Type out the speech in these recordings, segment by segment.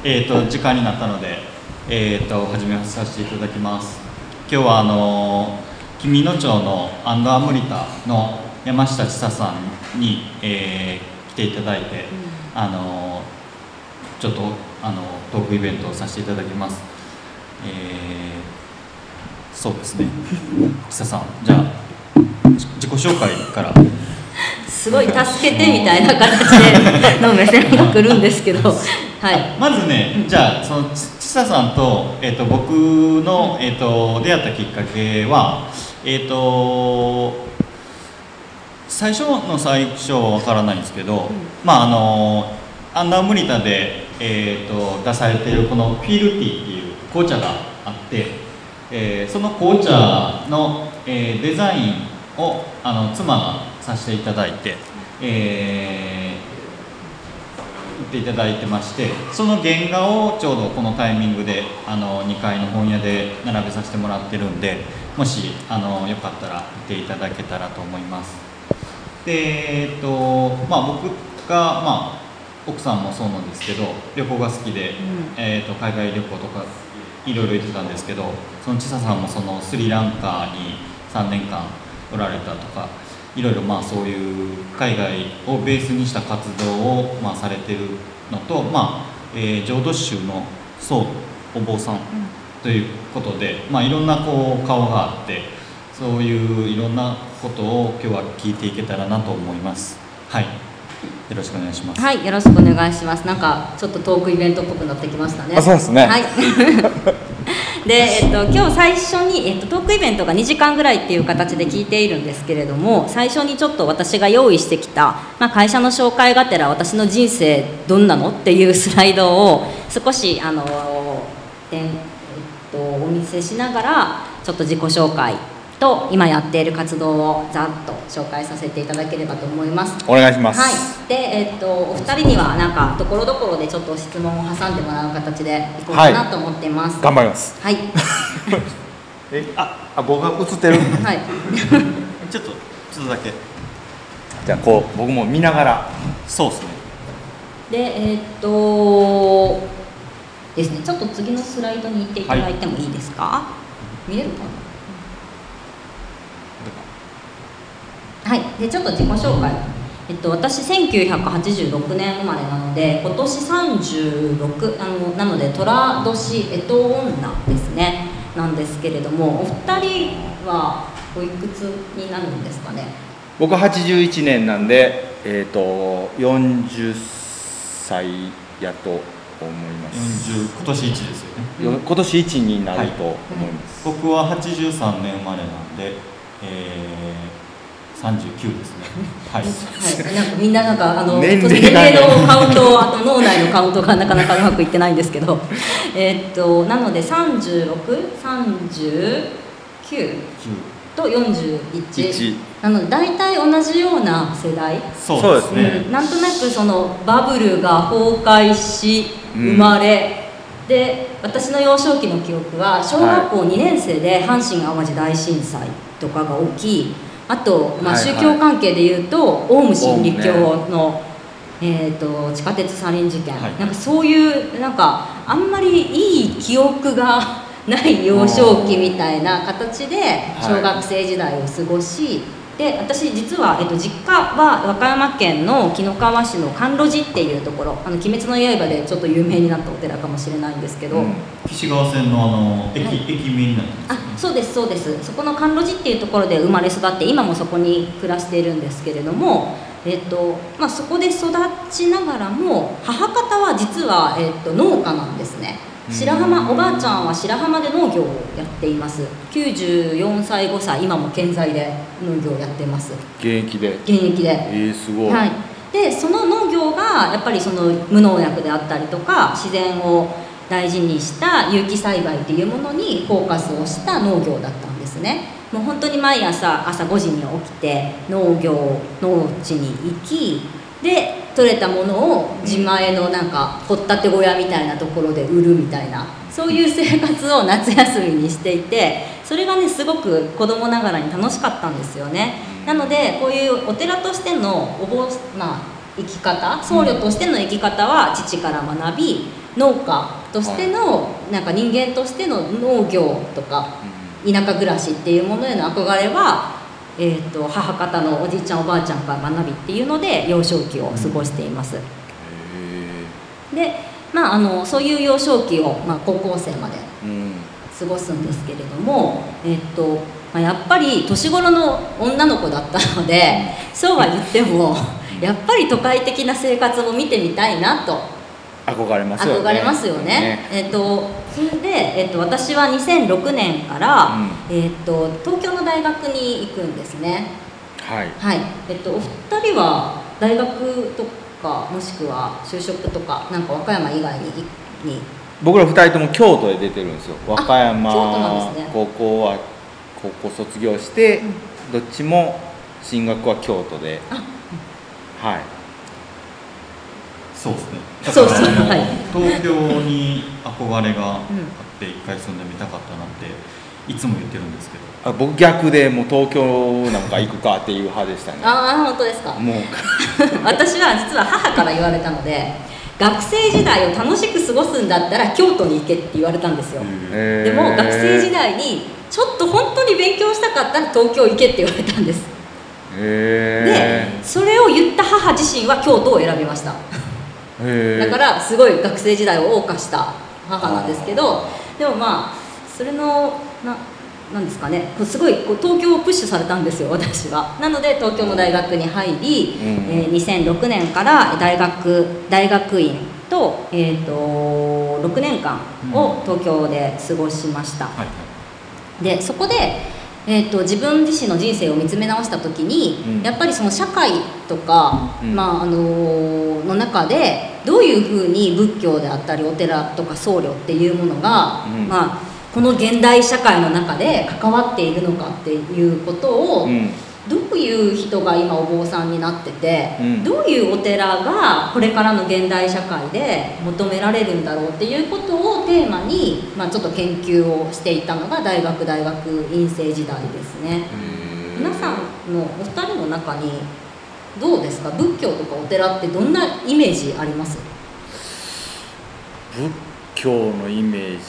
時間になったので、始めさせていただきます。今日は紀美野町のアムリタの山下千沙さんに、来ていただいて、ちょっとトークイベントをさせていただきます。そうですね。千沙さん、じゃあ自己紹介から。 すごい助けてみたいな形での目線が来るんですけど、はい、 まずね、じゃあその千沙さんと、僕の、出会ったきっかけは、最初は分からないんですけど、アンダームリタで、出されているこのフィールティーっていう紅茶があって、その紅茶の、デザインを妻がさせていただいて、売っていただいてまして、その原画をちょうどこのタイミングで2階の本屋で並べさせてもらってるんで、もしよかったら見ていただけたらと思います。で、僕が、奥さんもそうなんですけど、旅行が好きで、海外旅行とかいろいろ行ってたんですけど、その千沙さんもそのスリランカに3年間おられたとか、いろいろそういう海外をベースにした活動をされてるのと、浄土宗の僧お坊さんということで、いろんな顔があって、そういういろんなことを今日は聞いていけたらなと思います。はい、よろしくお願いします。 はい、よろしくお願いします。なんかちょっとトークイベントっぽくなってきましたね。 そうですね。 はい。で、今日最初に、トークイベントが2時間ぐらいっていう形で聞いているんですけれども、最初にちょっと私が用意してきた、会社の紹介がてら私の人生どんなのっていうスライドを少しお見せしながら、ちょっと自己紹介と今やっている活動をざっと紹介させていただければと思います。 お願いします。 はい。で、お二人にはなんかところどころでちょっと質問を挟んでもらう形でいこうかなと思っています。 頑張ります。 はい。 僕が映ってる。 はい。 ちょっとだけ。 じゃあ僕も見ながら。 そうですね。 で、ですね。ちょっと次のスライドに行っていただいてもいいですか？見えるかな？はい、でちょっと自己紹介、私1986年生まれなので今年36なので寅年干支女ですねなんですけれども、お二人はおいくつになるんですかね。 僕は81年なんで、40歳やと思います。 今年1ですよね。 今年1になると思います。 僕は83年生まれなんで、39ですね。はい。 はい、なんかみんななんか年齢のカウント、あと脳内のカウントがなかなかうまくいってないんですけど、なので36、39と41なので大体同じような世代。 そうですね。 なんとなくそのバブルが崩壊し生まれ、で私の幼少期の記憶は小学校2年生で阪神・淡路大震災とかが起き、あと、宗教関係でいうとオウム真理教の、地下鉄サリン事件、なんかそういうなんかあんまりいい記憶がない幼少期みたいな形で小学生時代を過ごし、で私実は、実家は和歌山県の紀の川市の甘露寺っていうところ、鬼滅の刃でちょっと有名になったお寺かもしれないんですけど、 岸川線の駅名になってますね。 そうですそうです。そこの甘露寺っていうところで生まれ育って、今もそこに暮らしているんですけれども、そこで育ちながらも母方は実は、農家なんですね。白浜、おばあちゃんは白浜で農業をやっています。94歳5歳今も健在で農業をやってます。 現役で。すごい。 はい。でその農業がやっぱりその無農薬であったりとか自然を大事にした有機栽培というものにフォーカスをした農業だったんですね。もう本当に毎朝5時に起きて農地に行き、で取れたものを自前のなんか掘ったて小屋みたいなところで売るみたいな、そういう生活を夏休みにしていて、それがねすごく子供ながらに楽しかったんですよね。なのでこういうお寺としての生き方、僧侶としての生き方は父から学び、農家としてのなんか人間としての農業とか田舎暮らしっていうものへの憧れは、母方のおじいちゃんおばあちゃんから学びっていうので幼少期を過ごしています。で、そういう幼少期を、高校生まで過ごすんですけれども、やっぱり年頃の女の子だったので、そうは言ってもやっぱり都会的な生活も見てみたいなと憧れますよね。 憧れますよね。それで、私は2006年から、東京の大学に行くんですね。 はい、 はい。お二人は大学とかもしくは就職とかなんか和歌山以外に僕ら2人とも京都で出てるんですよ。和歌山京都なんですね。 高校卒業して、どっちも進学は京都で、はい。 そうですね。 そうですね。はい。 東京に憧れがあって一回住んでみたかったなっていつも言ってるんですけど。 僕逆でもう東京なんか行くかっていう派でしたね。 本当ですか。 もう私は実は母から言われたので、学生時代を楽しく過ごすんだったら京都に行けって言われたんですよ。でも学生時代にちょっと本当に勉強したかったら東京行けって言われたんです。で、それを言った母自身は京都を選びました。だからすごい学生時代を謳歌した母なんですけど、でもそれのなんですかね、すごい東京をプッシュされたんですよ、私は。なので東京の大学に入り、2006年から大学院と、6年間を東京で過ごしました。でそこで、自分自身の人生を見つめ直した時に、やっぱりその社会とか、の中でどういうふうに仏教であったりお寺とか僧侶っていうものが、この現代社会の中で関わっているのかっていうことを、どういう人が今お坊さんになってて、どういうお寺がこれからの現代社会で求められるんだろうっていうことをテーマに、ちょっと研究をしていたのが大学院生時代ですね。皆さんのお二人の中にどうですか、仏教とかお寺ってどんなイメージあります？ 仏教のイメージ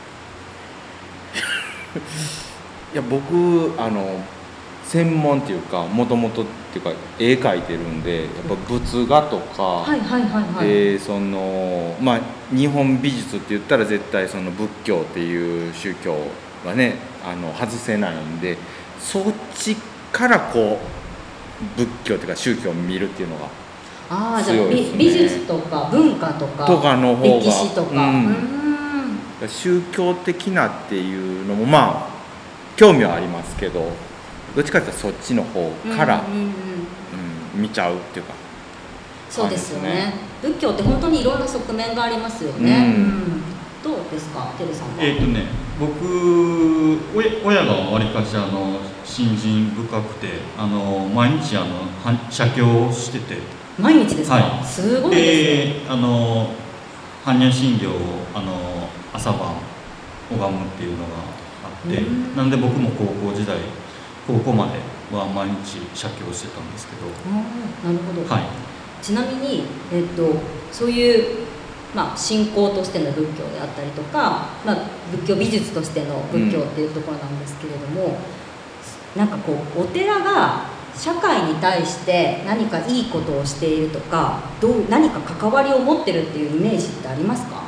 いや僕専門っていうかもともとっていうか絵描いてるんで、やっぱ仏画とかで日本美術って言ったら絶対その仏教っていう宗教はね外せないんで、そっちからこう仏教っていうか宗教を見るっていうのが強いですね。 じゃあ美術とか文化とかの方が歴史とか、 宗教的なっていうのも興味はありますけど、どっちかっていうとそっちの方から見ちゃうっていうか。 そうですよね。仏教って本当にいろんな側面がありますよね。どうですか、てるさんは？ 僕親がわりかし信心深くて毎日写経をしてて。 毎日ですか？はい、すごいですね。 般若心経を朝晩拝むっていうのがあって、なんで僕も高校までは毎日写経してたんですけど。 なるほど。 はい。 ちなみに、そういう信仰としての仏教であったりとか、仏教美術としての仏教っていうところなんですけれども、なんかお寺が社会に対して何かいいことをしているとか、何か関わりを持ってるっていうイメージってありますか？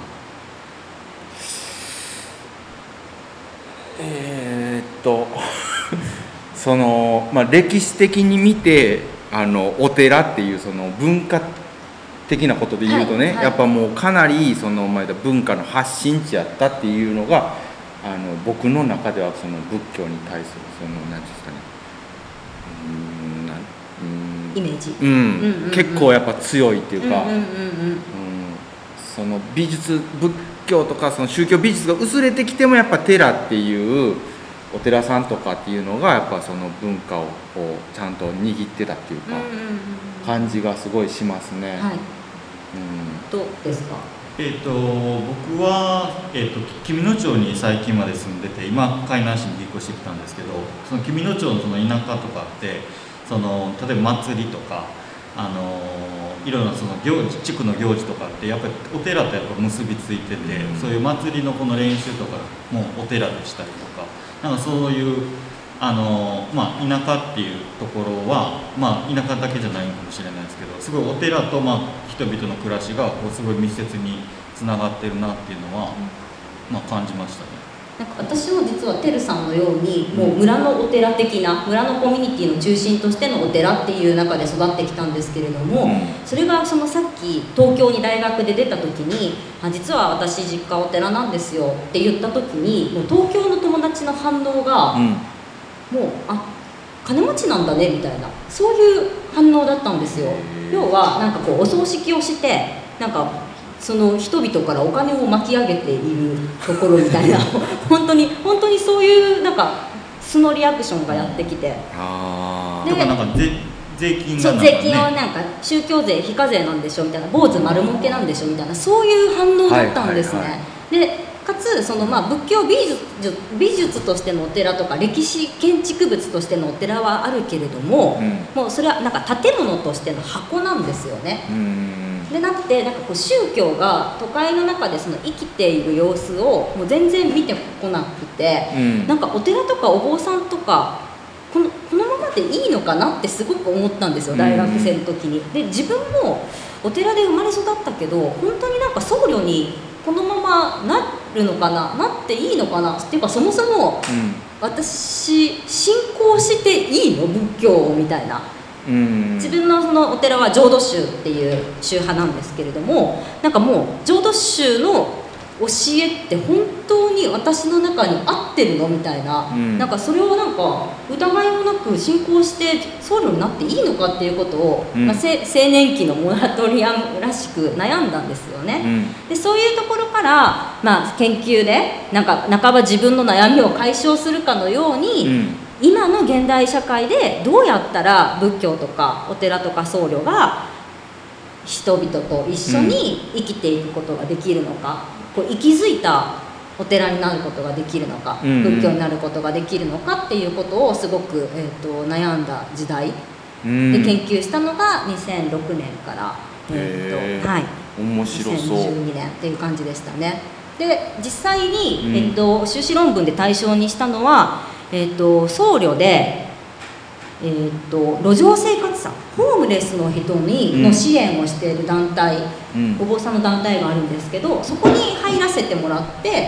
歴史的に見てお寺っていうその文化的なことで言うとね、やっぱもうかなりその文化の発信地やったっていうのが僕の中ではその仏教に対するその何ですかね、 イメージ、 結構やっぱ強いっていうか、その美術仏教とかその宗教美術が薄れてきてもやっぱ寺っていうお寺さんとかっていうのがやっぱその文化をちゃんと握ってたっていうか感じがすごいしますね。 どうですか？ 僕は、紀美野町に最近まで住んでて、今海南市に引っ越してきたんですけど、その紀美野町のその田舎とかって例えば祭りとかいろんなその地区の行事とかってやっぱりお寺とやっぱ結びついてて、そういう祭りのこの練習とかもお寺でしたりとか、なんかそういう田舎っていうところは、田舎だけじゃないかもしれないですけど、すごいお寺と人々の暮らしがこうすごい密接につながってるなっていうのは、感じましたね。 なんか私も実はてるさんのようにもう村のお寺的な村のコミュニティの中心としてのお寺っていう中で育ってきたんですけれども、それがそのさっき東京に大学で出た時に実は私実家お寺なんですよって言った時にもう東京の友達の反応が、もう金持ちなんだねみたいな、そういう反応だったんですよ。要はなんかこうお葬式をしてなんかその人々からお金を巻き上げているところみたいな本当にそういうなんか素のリアクションがやってきて、 だからなんか税金がそう税金はなんか宗教税非課税なんでしょみたいな、坊主丸儲けなんでしょみたいな、そういう反応だったんですね。でかつその仏教美術としてのお寺とか歴史建築物としてのお寺はあるけれども、もうそれはなんか建物としての箱なんですよね。でなってなんかこう宗教が都会の中でその生きている様子をもう全然見てこなくて、なんかお寺とかお坊さんとかこのままでいいのかなってすごく思ったんですよ、大学生の時に。で自分もお寺で生まれ育ったけど本当になんか僧侶にこのままなるのかな、なっていいのかなっていうか、そもそも私信仰していいの仏教をみたいな。自分のそのお寺は浄土宗っていう宗派なんですけれども、なんかもう浄土宗の教えって本当に私の中に合ってるのみたいな、なんかそれをなんか疑いもなく信仰して僧侶になっていいのかっていうことを、青年期のモラトリアムらしく悩んだんですよね。でそういうところから、研究でなんか半ば自分の悩みを解消するかのように、今の現代社会でどうやったら仏教とかお寺とか僧侶が人々と一緒に生きていくことができるのか、こう息づいたお寺になることができるのか、仏教になることができるのかっていうことをすごく、悩んだ時代で研究したのが2006年から、 面白そう 2012年っていう感じでしたね。で実際に、修士論文で対象にしたのは僧侶で、路上生活者ホームレスの人の支援をしている団体、お坊さんの団体があるんですけど、そこに入らせてもらって、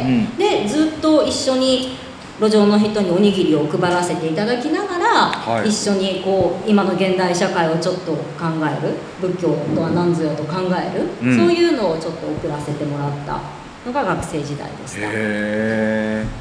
でずっと一緒に路上の人におにぎりを配らせていただきながら、一緒にこう今の現代社会をちょっと考える、仏教とは何ぞやと考える、そういうのをちょっと送らせてもらったのが学生時代でした。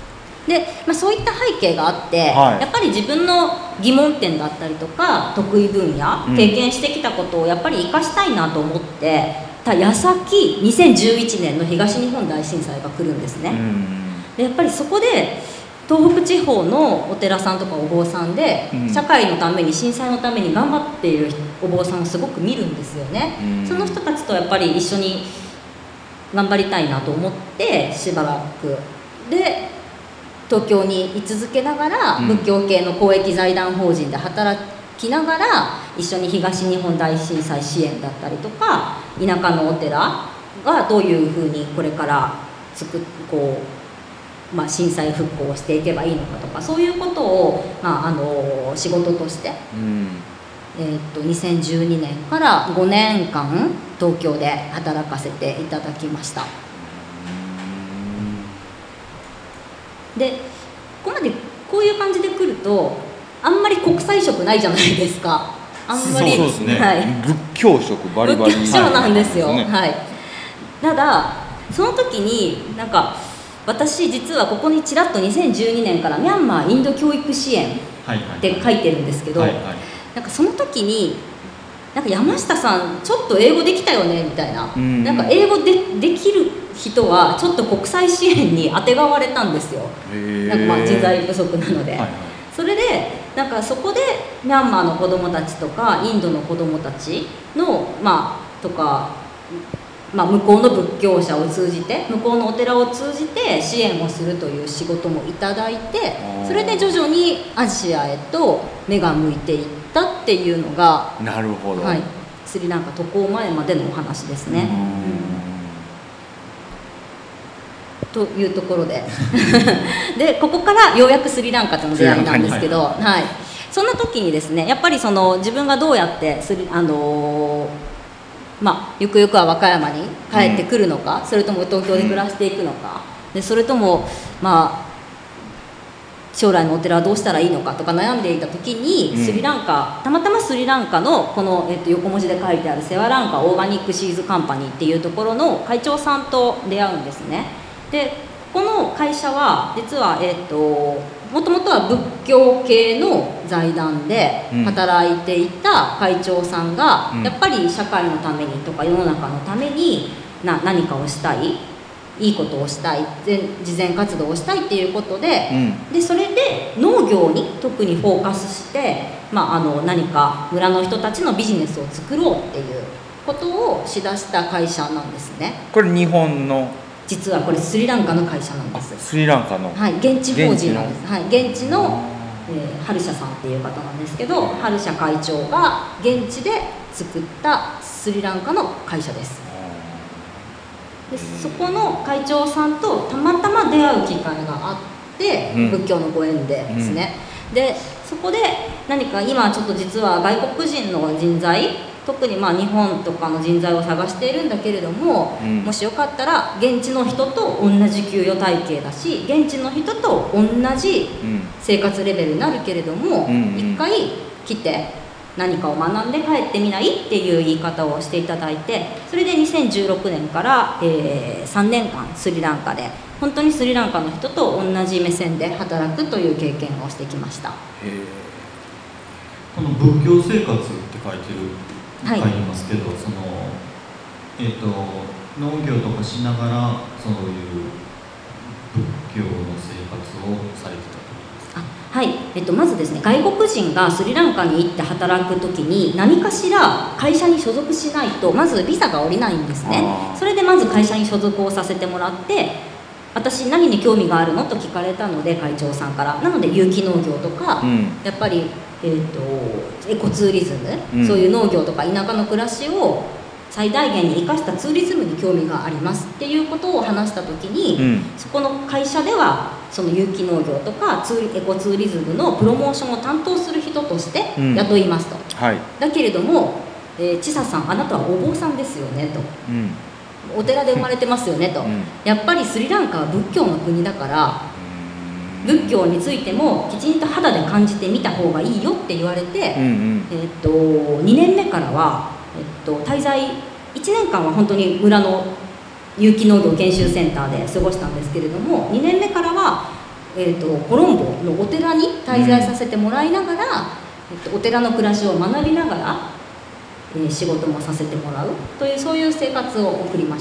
でそういった背景があって、やっぱり自分の疑問点だったりとか得意分野、経験してきたことをやっぱり生かしたいなと思ってた矢先、2011年の東日本大震災が来るんですね。でやっぱりそこで東北地方のお寺さんとかお坊さんで、社会のために震災のために頑張っているお坊さんをすごく見るんですよね。その人たちとやっぱり一緒に頑張りたいなと思ってしばらくで東京に居続けながら、仏教系の公益財団法人で働きながら一緒に東日本大震災支援だったりとか、田舎のお寺がどういうふうにこれから震災復興をしていけばいいのかとか、そういうことを、仕事として、2012年から5年間東京で働かせていただきました。でここまでこういう感じで来るとあんまり国際色ないじゃないですか。あんまりそうですね、仏教色バリバリ仏教色なんですよ、ただその時になんか私実はここにちらっと2012年からミャンマーインド教育支援って書いてるんですけど、なんかその時になんか山下さんちょっと英語できたよねみたいな、なんか英語できる人はちょっと国際支援にあてがわれたんですよ。なんか人材不足なので、それでなんかそこでミャンマーの子どもたちとかインドの子どもたちのとか、向こうの仏教者を通じて向こうのお寺を通じて支援をするという仕事もいただいて、それで徐々にアジアへと目が向いていったっていうのが、 なるほど、 スリランカ渡航前までのお話ですね。というところででここからようやくスリランカとの出会いなんですけど、はい、そんな時にですねやっぱりその自分がどうやってゆくゆくは和歌山に帰ってくるのか、それとも東京で暮らしていくのか、でそれとも将来のお寺はどうしたらいいのかとか悩んでいた時に、スリランカたまたまスリランカのこの、横文字で書いてあるセワランカオーガニックシーズカンパニーっていうところの会長さんと出会うんですね。でこの会社は実はもともとは仏教系の財団で働いていた会長さんが、やっぱり社会のためにとか世の中のために何かをしたい、いいことをしたい、慈善活動をしたいっていうことで、でそれで農業に特にフォーカスして、何か村の人たちのビジネスを作ろうっていうことをしだした会社なんですね。 これ日本の実はこれスリランカの会社なんです。 スリランカの、 はい、現地法人なんです。はい、現地の、ハルシャさんっていう方なんですけど、ハルシャ会長が現地で作ったスリランカの会社です。でそこの会長さんとたまたま出会う機会があって、仏教のご縁でですね、でそこで何か今ちょっと実は外国人の人材、特に日本とかの人材を探しているんだけれども、もしよかったら現地の人と同じ給与体系だし、現地の人と同じ生活レベルになるけれども、一回来て何かを学んで帰ってみないっていう言い方をしていただいて、それで2016年から、3年間スリランカで本当にスリランカの人と同じ目線で働くという経験をしてきました。 この仏教生活って書いてる書いてますけど、その農業とかしながらそういう仏教の生活をされてたと思います。 はい、まずですね、外国人がスリランカに行って働くときに何かしら会社に所属しないとまずビザが下りないんですね。それでまず会社に所属をさせてもらって、私何に興味があるのと聞かれたので、会長さんからなので有機農業とか、やっぱりエコツーリズム、そういう農業とか田舎の暮らしを最大限に生かしたツーリズムに興味がありますっていうことを話した時に、そこの会社ではその有機農業とかエコツーリズムのプロモーションを担当する人として雇いますと、だけれども、千佐さんあなたはお坊さんですよねと、お寺で生まれてますよねと、やっぱりスリランカは仏教の国だから仏教についてもきちんと肌で感じてみた方がいいよって言われて、2年目からは、滞在1年間は本当に村の有機農業研修センターで過ごしたんですけれども、2年目からは、コロンボのお寺に滞在させてもらいながら、お寺の暮らしを学びながら、仕事もさせてもらうというそういう生活を送りました。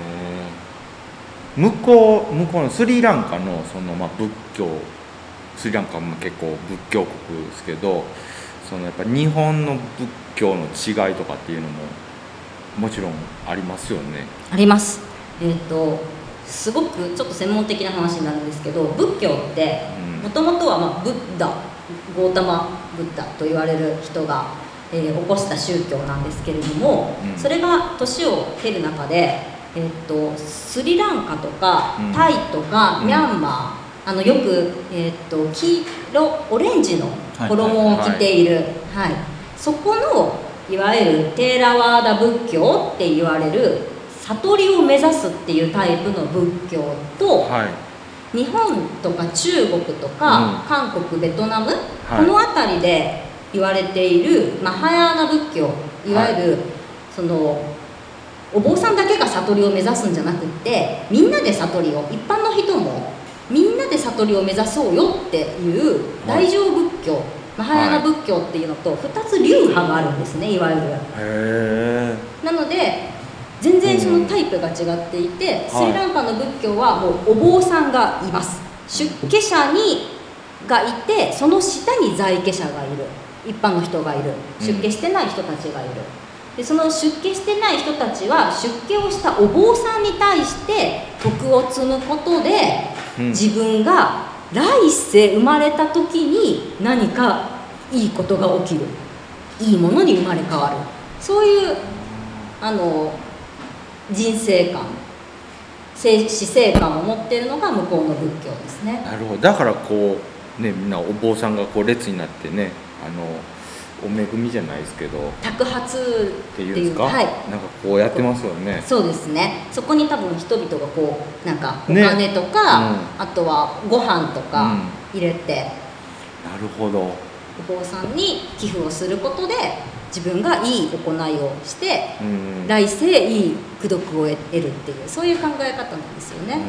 向こうのスリランカのその仏教、スリランカも結構仏教国ですけど、そのやっぱ日本の仏教の違いとかっていうのももちろんありますよね。 あります。すごくちょっと専門的な話になるんですけど、仏教ってもともとはブッダ、ゴータマ・ブッダと言われる人が、起こした宗教なんですけれども、それが年を経る中でスリランカとかタイとかミャンマー、よく、黄色オレンジの衣を着ている、そこのいわゆるテーラワーダ仏教って言われる悟りを目指すっていうタイプの仏教と、日本とか中国とか、韓国ベトナム、この辺りで言われているマハヤーナ仏教、いわゆる、そのお坊さんだけが悟りを目指すんじゃなくってみんなで悟りを、一般の人もみんなで悟りを目指そうよっていう大乗仏教、マハヤーナ仏教っていうのと2つ流派があるんですね、いわゆる。なので全然そのタイプが違っていて、スリランカの仏教はもうお坊さんがいます。出家者がいて、その下に在家者がいる、一般の人がいる、出家してない人たちがいる。でその出家してない人たちは出家をしたお坊さんに対して徳を積むことで、自分が来世生まれた時に何かいいことが起きる、いいものに生まれ変わる、 そういう人生観、死生観を持っているのが向こうの仏教ですね。 なるほど。だからこうね、みんなお坊さんがこう列になってね、お恵みじゃないですけど、 托鉢っていうんですか、はい、 なんかこうやってますよね。 そうですね。そこに多分人々がこうなんかお金とか、ね、あとはご飯とか入れて、 なるほど。 お坊さんに寄付をすることで自分がいい行いをして、来世いい功徳を得るっていう、そういう考え方なんですよね。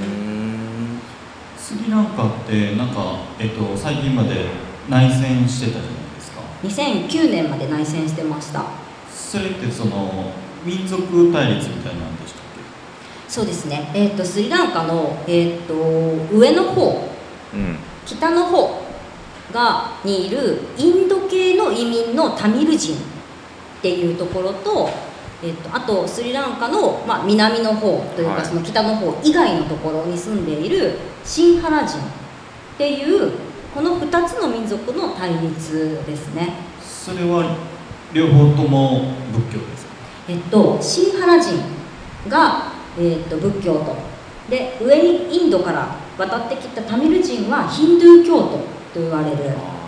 スリランカってなんか、最近まで内戦してたじゃないですか。 2009年まで内戦してました。 それってその民族対立みたいなんでしたっけ？ そうですね。スリランカの、上の方、北の方にいるインド系の移民のタミル人っていうところと、あとスリランカの、南の方というか、その北の方以外のところに住んでいるシンハラ人っていうこの2つの民族の対立ですね。 それは両方とも仏教ですか？ シンハラ人が、仏教徒で、上にインドから渡ってきたタミル人はヒンドゥー教徒と言われる。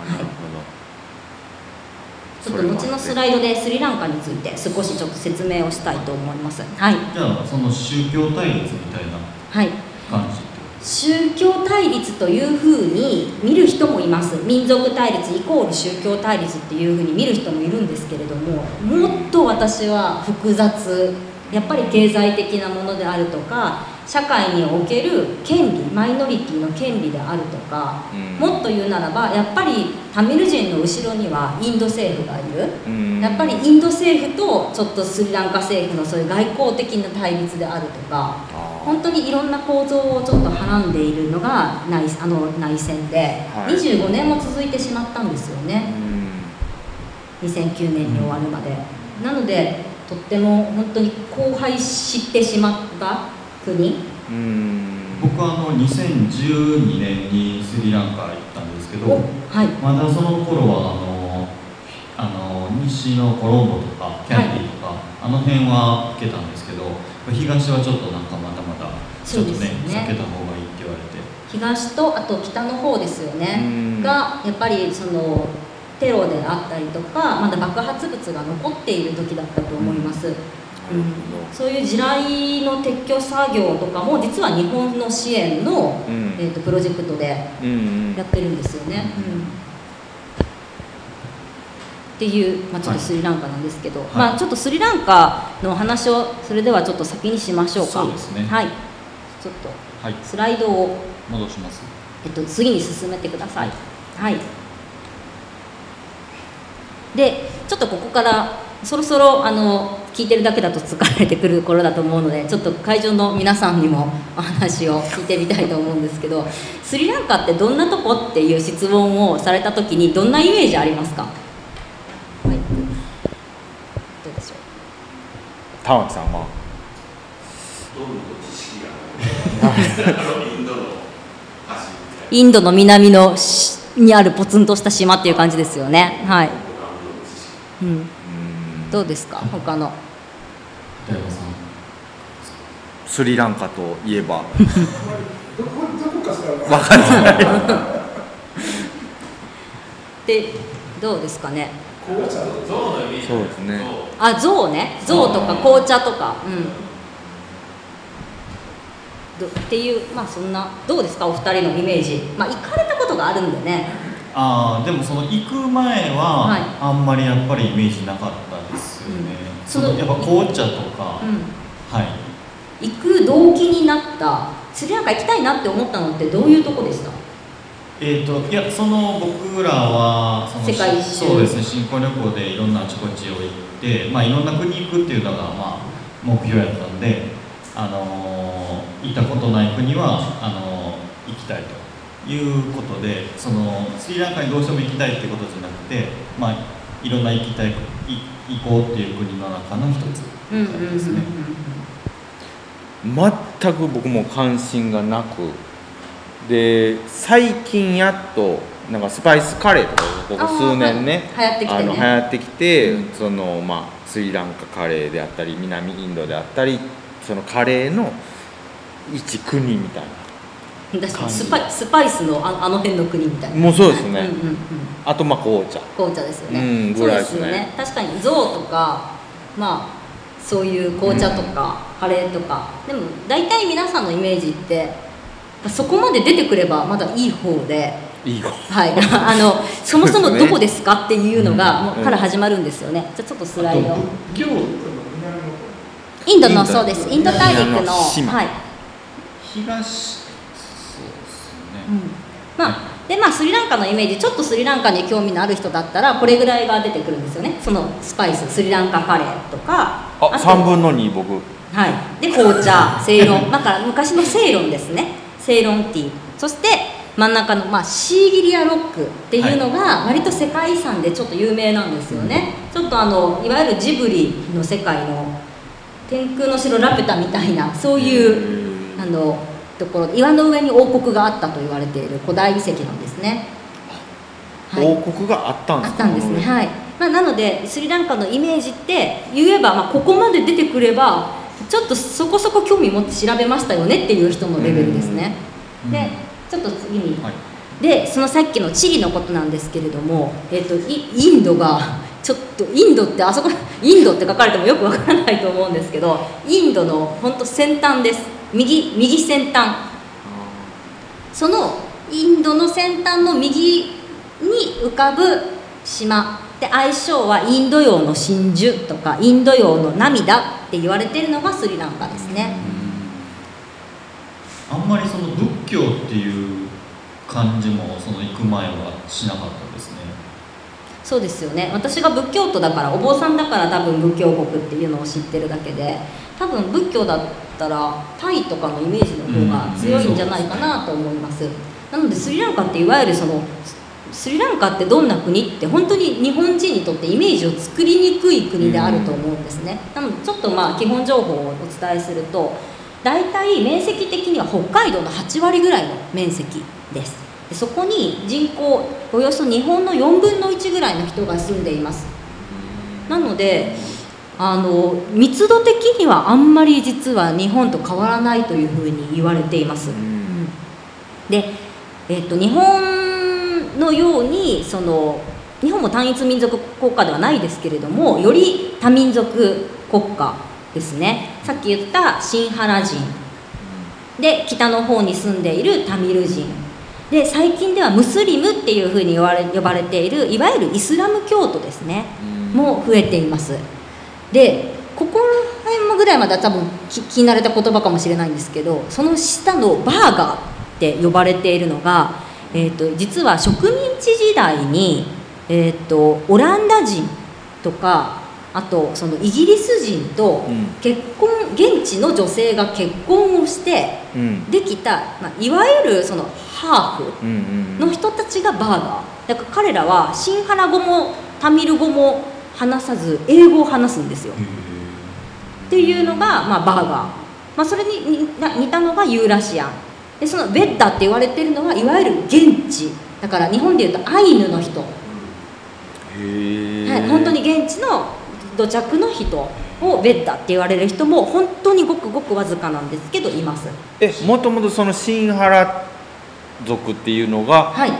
ちょっと後のスライドでスリランカについて少しちょっと説明をしたいと思います。はい。 じゃあその宗教対立みたいな感じ、 宗教対立というふうに見る人もいます。民族対立イコール宗教対立っていうふうに見る人もいるんですけれども、もっと私は複雑、やっぱり経済的なものであるとか、社会における権利、マイノリティの権利であるとか、もっと言うならばやっぱりタミル人の後ろにはインド政府がいる、やっぱりインド政府とちょっとスリランカ政府のそういう外交的な対立であるとか、本当にいろんな構造をちょっとはらんでいるのが内戦で、25年も続いてしまったんですよね。2009年に終わるまで。なのでとっても本当に荒廃してしまった国。 僕は2012年にスリランカ行ったんですけど、まだその頃は西のコロンボとかキャンディとか、あの辺は行けたんですけど、東はちょっとなんかまだまだちょっとね避けた方がいいって言われて、 東とあと北の方ですよねがやっぱりそのテロであったりとか、まだ爆発物が残っている時だったと思います。そういう地雷の撤去作業とかも実は日本の支援の、プロジェクトでやってるんですよね。っていう、ちょっとスリランカなんですけど、ちょっとスリランカの話をそれではちょっと先にしましょうか。 そうですね。 はい。ちょっとスライドを戻します。 次に進めてください。はい。で、ちょっとここからそろそろ聞いてるだけだと疲れてくる頃だと思うので、ちょっと会場の皆さんにもお話を聞いてみたいと思うんですけど、スリランカってどんなとこっていう質問をされた時にどんなイメージありますか？はい、どうでしょう。 玉木さんはインドの南のにあるポツンとした島っていう感じですよね。はい。どうですか他の。 スリランカといえばどこかしら分かんないでどうですかね。 そうですね。 象ね、象とか紅茶とか、っていう、そんなどうですかお二人のイメージ。行かれたことがあるんでね。 でもその行く前はあんまりやっぱりイメージなかったですよね。やっぱ紅茶とか、 行く動機になったスリランカ行きたいなって思ったのってどういうとこでした？いや僕らは世界一周、 そうですね、新婚旅行でいろんなあちこちを行って、いろんな国行くっていうのが目標やったんで、行ったことない国は行きたいということで、スリランカにどうしても行きたいってことじゃなくて、いろんな行こうっていう国の中の一つですね。 全く僕も関心がなくで、最近やっとなんかスパイスカレーとかここ数年ね流行ってきて、 スリランカカレーであったり南インドであったりそのカレーの一国みたいな。 確かにスパイスのあの辺の国みたいな。 もうそうですね、 うんうんうん、 あと紅茶ですよね、 ぐらいですね。 そうですよね。確かにゾウとかまあそういう紅茶とか、カレーとかでも大体皆さんのイメージってそこまで出てくればまだいい方で、はい、そもそもどこですかっていうのが、もうから始まるんですよね。じゃあちょっとスライド。インドのそうです。インド大陸のはい。東でスリランカのイメージ、ちょっとスリランカに興味のある人だったらこれぐらいが出てくるんですよね。そのスパイス、スリランカカレーとか、 あ3分の2僕、 はい、で紅茶、セイロンだから昔のセイロンですね。セイロンティー、そして真ん中の、シーギリアロックっていうのが割と世界遺産でちょっと有名なんですよね。ちょっといわゆるジブリの世界の天空の城ラピュタみたいな、そういうところ、岩の上に王国があったと言われている古代遺跡なんですね。 はい、王国があったんですか？ あったんですね。はい。なのでスリランカのイメージって言えば、ここまで出てくればちょっとそこそこ興味持って調べましたよねっていう人のレベルですね。でちょっと次に、はい、でそのさっきのチリのことなんですけれども、インドがちょっとインドってあそこインドって書かれてもよくわからないと思うんですけど、インドの本当先端です。右先端、そのインドの先端の右に浮かぶ島で、愛称はインド洋の真珠とかインド洋の涙って言われているのがスリランカですね。 あんまりその仏教っていう感じもその行く前はしなかったですね。 そうですよね。私が仏教徒だから、お坊さんだから多分仏教国っていうのを知ってるだけで、多分仏教だったらタイとかのイメージの方が強いんじゃないかなと思います。なのでスリランカっていわゆるスリランカってどんな国って本当に日本人にとってイメージを作りにくい国であると思うんですね。なのでちょっと基本情報をお伝えすると、大体面積的には北海道の8割ぐらいの面積です。でそこに人口およそ日本の4分の1ぐらいの人が住んでいます。なので密度的にはあんまり実は日本と変わらないというふうに言われています。で、日本のように日本も単一民族国家ではないですけれども、より多民族国家ですね。さっき言ったシンハラ人で、北の方に住んでいるタミル人で、最近ではムスリムっていうふうに呼ばれているいわゆるイスラム教徒ですね、も増えています。でここら辺ぐらいまでは多分聞き慣れた言葉かもしれないんですけど、その下のバーガーって呼ばれているのが、実は植民地時代に、オランダ人とか、あとそのイギリス人と結婚、現地の女性が結婚をしてできた、いわゆるそのハーフの人たちがバーガーだから、彼らはシンハラ語もタミル語も話さず英語を話すんですよっていうのが、バーガー、それに似たのがユーラシアンで、そのベッダって言われてるのはいわゆる現地だから、日本でいうとアイヌの人、はい、本当に現地の土着の人をベッダって言われる人も本当にごくごくわずかなんですけどいます。 もともとそのシンハラ族っていうのが、はい、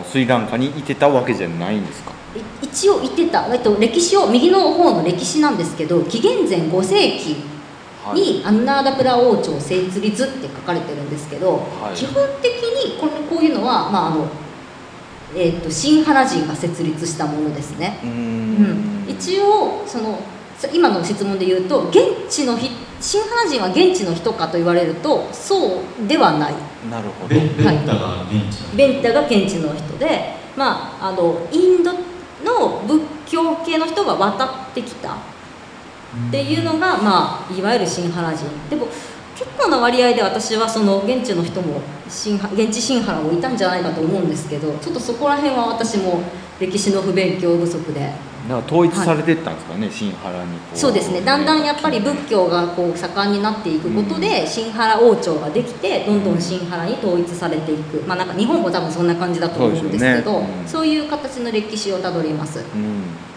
スリランカにいてたわけじゃないんですか？ 一応いてた、歴史を右の方の歴史なんですけど、紀元前5世紀にアンナーダプラ王朝設立って書かれてるんですけど、はい、基本的にこういうのは、シンハラ人が設立したものですね。一応今の質問で言うと、シンハラ人は現地の人かと言われるとそうではない。 なるほど。 ベンタが現地の人、 ベンタが現地の人で、インドの仏教系の人が渡ってきたっていうのが、いわゆるシンハラ人でも、結構な割合で私はその現地の人も現地シンハラもいたんじゃないかと思うんですけど、ちょっとそこら辺は私も歴史の不勉強不足で。 統一されていったんですかね、シンハラに。 そうですね、だんだんやっぱり仏教が盛んになっていくことで、シンハラ王朝ができて、どんどんシンハラに統一されていく、日本も多分そんな感じだと思うんですけど、そういう形の歴史をたどります。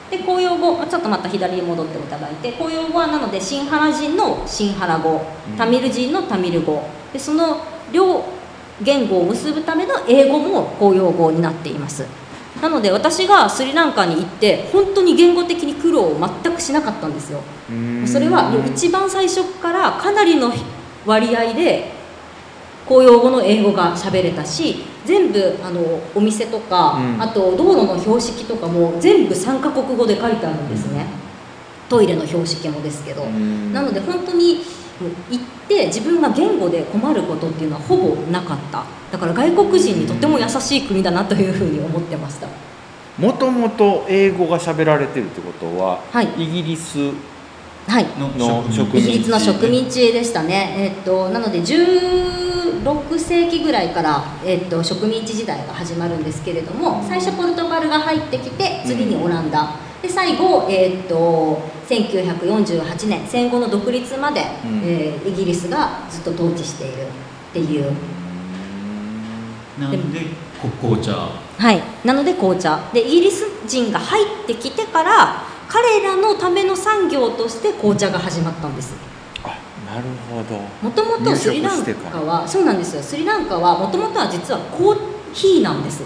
で公用語ちょっとまた左に戻っていただいて、公用語はなのでシンハラ人のシンハラ語、タミル人のタミル語で、その両言語を結ぶための英語も公用語になっています。なので私がスリランカに行って本当に言語的に苦労を全くしなかったんですよ。それは一番最初からかなりの割合で公用語の英語が喋れたし、全部お店とか、あと道路の標識とかも全部3カ国語で書いてあるんですね。トイレの標識もですけど、なので本当に行って自分が言語で困ることっていうのはほぼなかった。だから外国人にとても優しい国だなというふうに思ってました。 もともと英語が喋られてるってことは、 はい、 イギリスの植民地、イギリスの植民地でしたね。なので16世紀ぐらいから、植民地時代が始まるんですけれども、最初ポルトガルが入ってきて、次にオランダ、で最後、1948年戦後の独立まで、イギリスがずっと統治しているっていう。 なので紅茶、 はい、なので紅茶で、イギリス人が入ってきてから彼らのための産業として紅茶が始まったんです。 あ、なるほど。 もともとスリランカはそうなんですよ。スリランカはもともとは実はコーヒーなんです。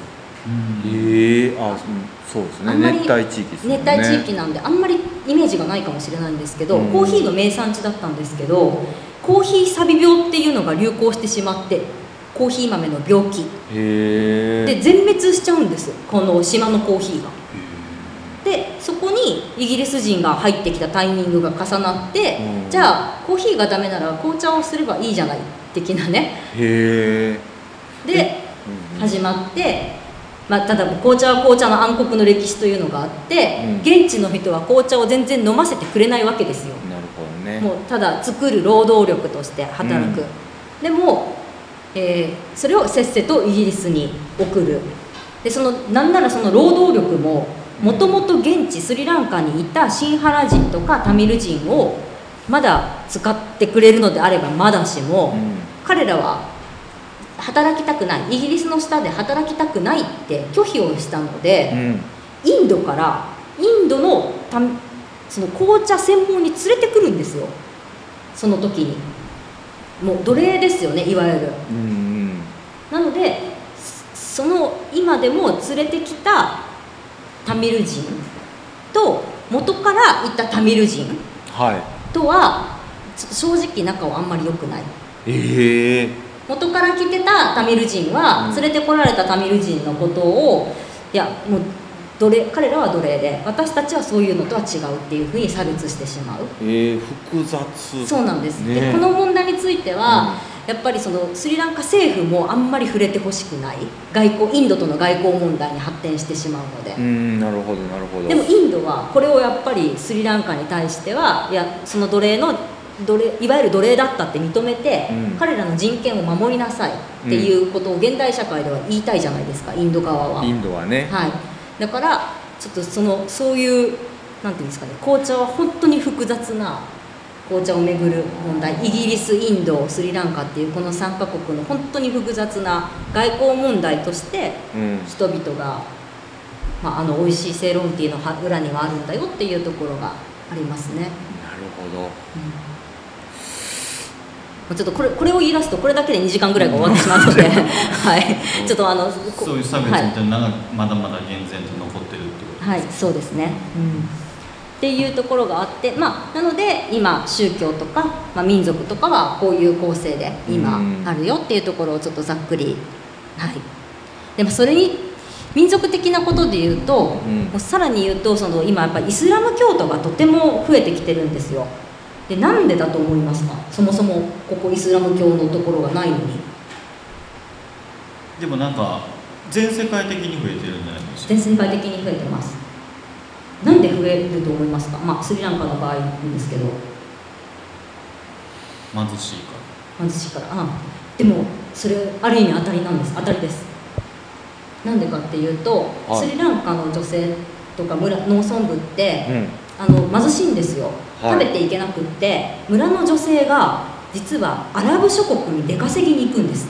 そうですね。熱帯地域ですね。 熱帯地域なんであんまりイメージがないかもしれないんですけど、コーヒーの名産地だったんですけど、コーヒーサビ病っていうのが流行してしまって、コーヒー豆の病気で全滅しちゃうんです、この島のコーヒーが。でそこにイギリス人が入ってきたタイミングが重なって、じゃあコーヒーがダメなら紅茶をすればいいじゃない的なね。で始まって、ただ紅茶は紅茶の暗黒の歴史というのがあって、現地の人は紅茶を全然飲ませてくれないわけですよ。 なるほどね。 もうただ作る労働力として働く、でもそれをせっせとイギリスに送る。でなんならその労働力ももともと現地スリランカにいたシンハラ人とかタミル人をまだ使ってくれるのであればまだしも、彼らは働きたくない、イギリスの下で働きたくないって拒否をしたので、インドからインドのその紅茶専門に連れてくるんですよ。その時にもう奴隷ですよね、いわゆる。なのでその今でも連れてきたタミル人と元からいたタミル人とはちょっと正直仲はあんまり良くない。元から来てたタミル人は連れてこられたタミル人のことを、いやもう彼らは奴隷で私たちはそういうのとは違うっていうふうに差別してしまう。 複雑。 そうなんです、でこの問題については、やっぱりそのスリランカ政府もあんまり触れてほしくない、インドとの外交問題に発展してしまうので。 なるほどなるほど。 でもインドはこれをやっぱりスリランカに対しては、いやそのいわゆる奴隷だったって認めて、彼らの人権を守りなさいっていうことを現代社会では言いたいじゃないですか、インド側は。 インドはね、 はい、だからちょっとそういうなんていうんですかね、紅茶は本当に複雑な紅茶をめぐる問題、イギリス、インド、スリランカっていうこの3カ国の本当に複雑な外交問題として人々が、美味しいセイロンティーの裏にはあるんだよっていうところがありますね。なるほど。 ちょっとこれを言い出すとこれだけで2時間ぐらいが終わってしまうので、はい、ちょっとそういう差別みたいなのがまだまだ厳然と残ってるってことですか。 はい、そうですね、っていうところがあって、なので今宗教とか、民族とかはこういう構成で今あるよっていうところをちょっとざっくり、はい、でもそれに民族的なことで言うと、もうさらに言うと今やっぱりイスラム教徒がとても増えてきてるんですよ。でなんでだと思いますか？そもそもここイスラム教のところがないのに。 でもなんか全世界的に増えてるんじゃないですか。 全世界的に増えてます。なんで増えると思いますか？スリランカの場合ですけど、 貧しいから。貧しいから。でもそれある意味当たりなんです。当たりです。なんでかっていうと、スリランカの女性とか農村部って、貧しいんですよ。食べていけなくって、村の女性が実はアラブ諸国に出稼ぎに行くんです。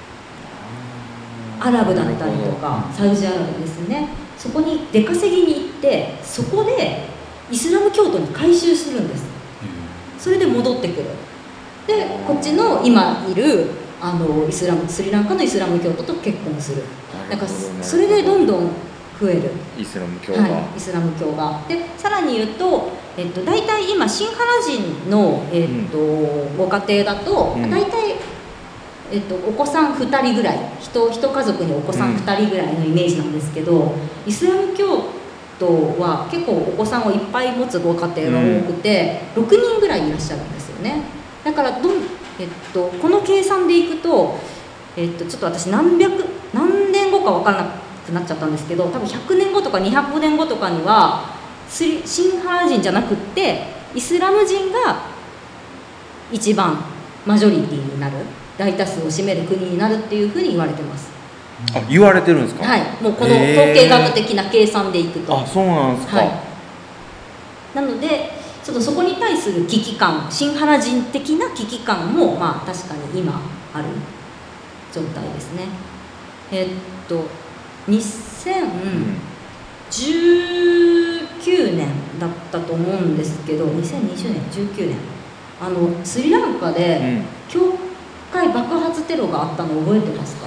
アラブだったりとかサウジアラビアですね。そこに出稼ぎに行っってそこでイスラム教徒に改宗するんです。それで戻ってくる。でこっちの今いるスリランカのイスラム教徒と結婚する。なんかそれでどんどん増えるイスラム教が、 はい、イスラム教が。でさらに言うと、大体今シンハラ人の、ご家庭だと、大体、お子さん2人ぐらい一家族にお子さん2人ぐらいのイメージなんですけど、イスラム教徒は結構お子さんをいっぱい持つご家庭が多くて、6人ぐらいいらっしゃるんですよね。だからこの計算でいくと、ちょっと私何年後か分からなくなっちゃったんですけど、多分100年後とか200年後とかにはシンハラ人じゃなくってイスラム人が一番マジョリティになる、大多数を占める国になるっていうふうに言われてます。 あ、言われてるんですか？ はい、もうこの統計学的な計算でいくと。 あ、そうなんですか。 はい、なのでちょっとそこに対する危機感、シンハラ人的な危機感もまあ確かに今ある状態ですね。2019年だったと思うんですけど、2020年19年スリランカで教会爆発テロがあったの覚えてますか？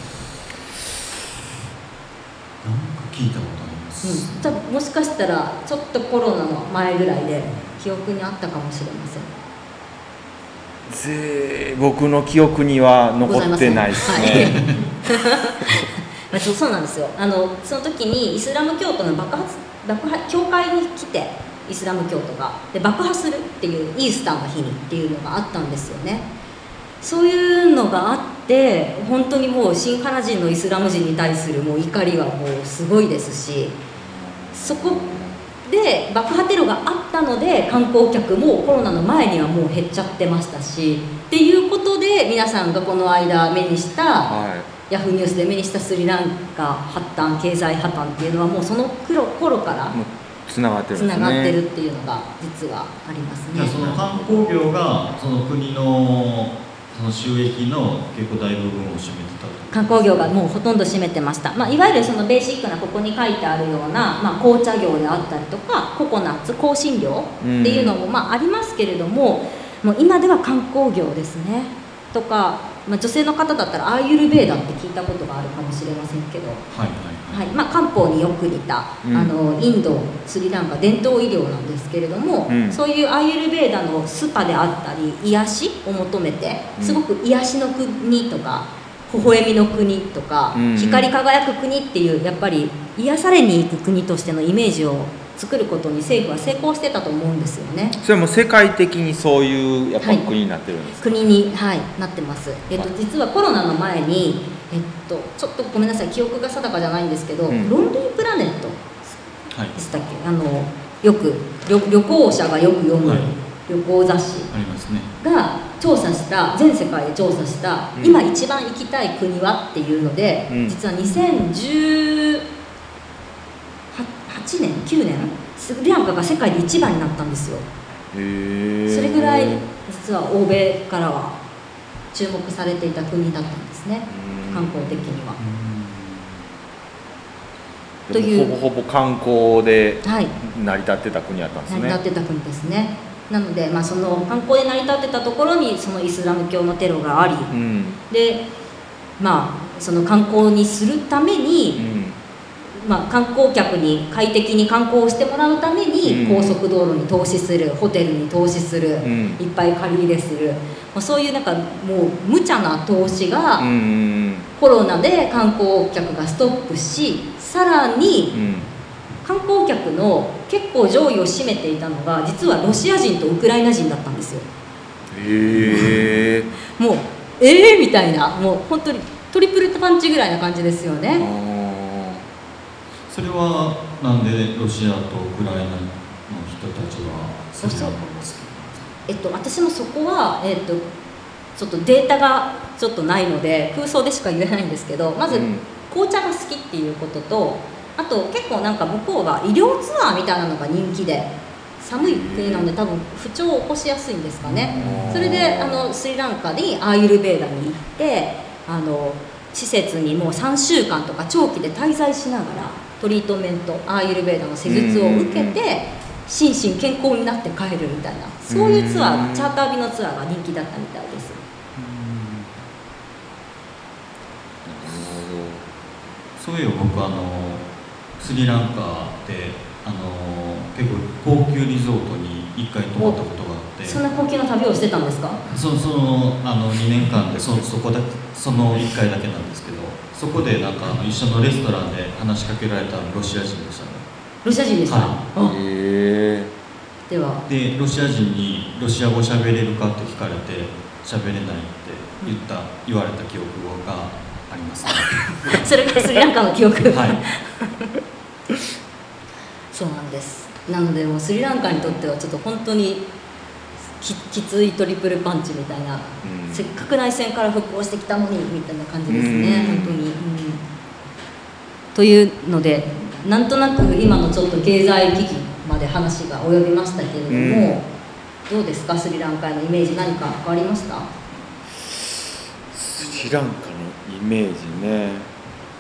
なんか聞いたことあります、 多分もしかしたらちょっとコロナの前ぐらいで記憶にあったかもしれません。 僕の記憶には残ってないですね。 そうなんですよ。その時にイスラム教徒の教会に来てイスラム教徒がで爆破するっていうイースターの日にっていうのがあったんですよね。そういうのがあって本当にもうシンハラ人のイスラム人に対するもう怒りはもうすごいですし、そこで爆破テロがあったので観光客もコロナの前にはもう減っちゃってましたしっていうことで、皆さんがこの間目にした、ヤフーニュースで目にしたスリランカ経済破綻っていうのはもうその頃からつながってるっていうのが実はありますね。 その観光業がその国のその収益の結構大部分を占めてた。 観光業がもうほとんど占めてました。いわゆるそのベーシックなここに書いてあるような、紅茶業であったりとかココナッツ香辛料っていうのもありますけれども、もう今では観光業ですねとか、女性の方だったらアーユルベーダって聞いたことがあるかもしれませんけど、漢方によく似た、インドスリランカ伝統医療なんですけれども、そういうアーユルベーダのスパであったり癒しを求めて、すごく癒しの国とか微笑みの国とか、光り輝く国っていうやっぱり癒されに行く国としてのイメージを作ることに政府は成功してたと思うんですよね。 それも世界的にそういうやっぱ国になってるんですか？ 国に、なってます。実はコロナの前に、ちょっとごめんなさい記憶が定かじゃないんですけど、ロンリープラネットでしたっけ、よく旅行者がよく読む旅行雑誌が調査した全世界で調査した、今一番行きたい国はっていうので、実は2018年9年スリランカが世界で一番になったんですよ。それぐらい実は欧米からは注目されていた国だったんですね、観光的には。 というほぼほぼ観光で成り立ってた国だったんですね。 成り立ってた国ですね。なので、その観光で成り立ってたところにそのイスラム教のテロがあり、でその観光にするために、観光客に快適に観光をしてもらうために高速道路に投資する、ホテルに投資する、いっぱい借り入れする、そういうなんかもう無茶な投資がコロナで観光客がストップし、さらに観光客の結構上位を占めていたのが実はロシア人とウクライナ人だったんですよ。もうみたいな、もう本当にトリプルパンチぐらいな感じですよね。 それはなんでロシアとウクライナの人たちはスリランカが好き？ 私もそこは、ちょっとデータがちょっとないので空想でしか言えないんですけど、まず紅茶が好きっていうことと、あと結構なんか向こうは医療ツアーみたいなのが人気で、寒い国なので多分不調を起こしやすいんですかね。それでスリランカにアーユルベーダに行って施設にもう3週間とか長期で滞在しながらトリートメントアーユルベーダの施術を受けて心身健康になって帰るみたいな、そういうツアー、チャーター便のツアーが人気だったみたいです。 そういえば僕スリランカで結構高級リゾートに1回泊まったことがあって。 そんな高級な旅をしてたんですか？ その2年間でその1回だけなんですけど、そこでなんか一緒のレストランで話しかけられたロシア人でしたね。 ロシア人でした、 はい、でロシア人にロシア語喋れるかって聞かれて喋れないって言われた記憶がありますね。 それがスリランカの記憶。 はいそうなんです。なのでもうスリランカにとってはちょっと本当にきついトリプルパンチみたいな、せっかく内戦から復興してきたのにみたいな感じですね、本当に、というのでなんとなく今のちょっと経済危機まで話が及びましたけれども、どうですか、スリランカのイメージ何か変わりました？ スリランカのイメージね、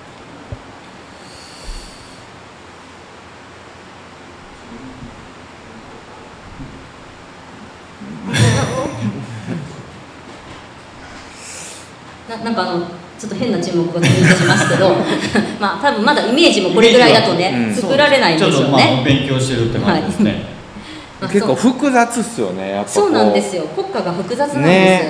なんかちょっと変な沈黙を続いてしますけどまあ多分まだイメージもこれぐらいだとね、作られないんでしょうね。ちょっと勉強してるって感じですね、 はい、結構複雑っすよね、やっぱそうなんですよ、国家が複雑なんです、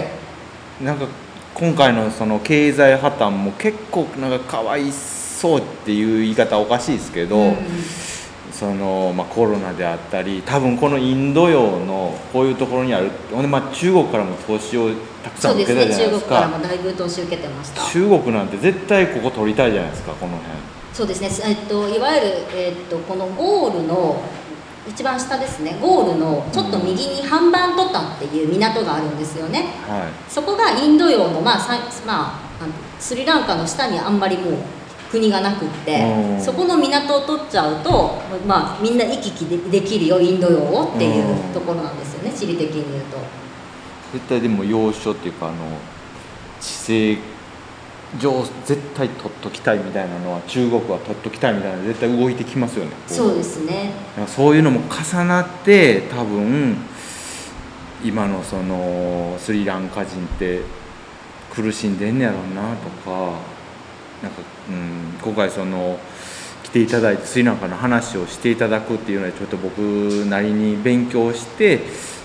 なんか今回のその経済破綻も結構なんかかわいそうっていう言い方はおかしいですけど、コロナであったり、多分このインド洋のこういうところにある、ほんで中国からも投資をたくさん受けたじゃないですか。 そうですね、中国からもだいぶ投資受けてました。 中国なんて絶対ここ取りたいじゃないですか、この辺。 そうですね、いわゆる、このゴールの一番下ですね、ゴールのちょっと右にハンバントタっていう港があるんですよね、そこがインド洋の、スリランカの下にあんまりもう国がなくって、そこの港を取っちゃうと、みんな行き来できるよインド洋をっていうところなんですよね、地理的に言うと。 絶対でも要所っていうか地政上絶対取っときたいみたいなのは、中国は取っときたいみたいなの絶対動いてきますよね。 そうですね、 そういうのも重なって多分今のそのスリランカ人って苦しんでんねやろうなとか、今回来ていただいてスリランカの話をしていただくっていうのはちょっと僕なりに勉強して、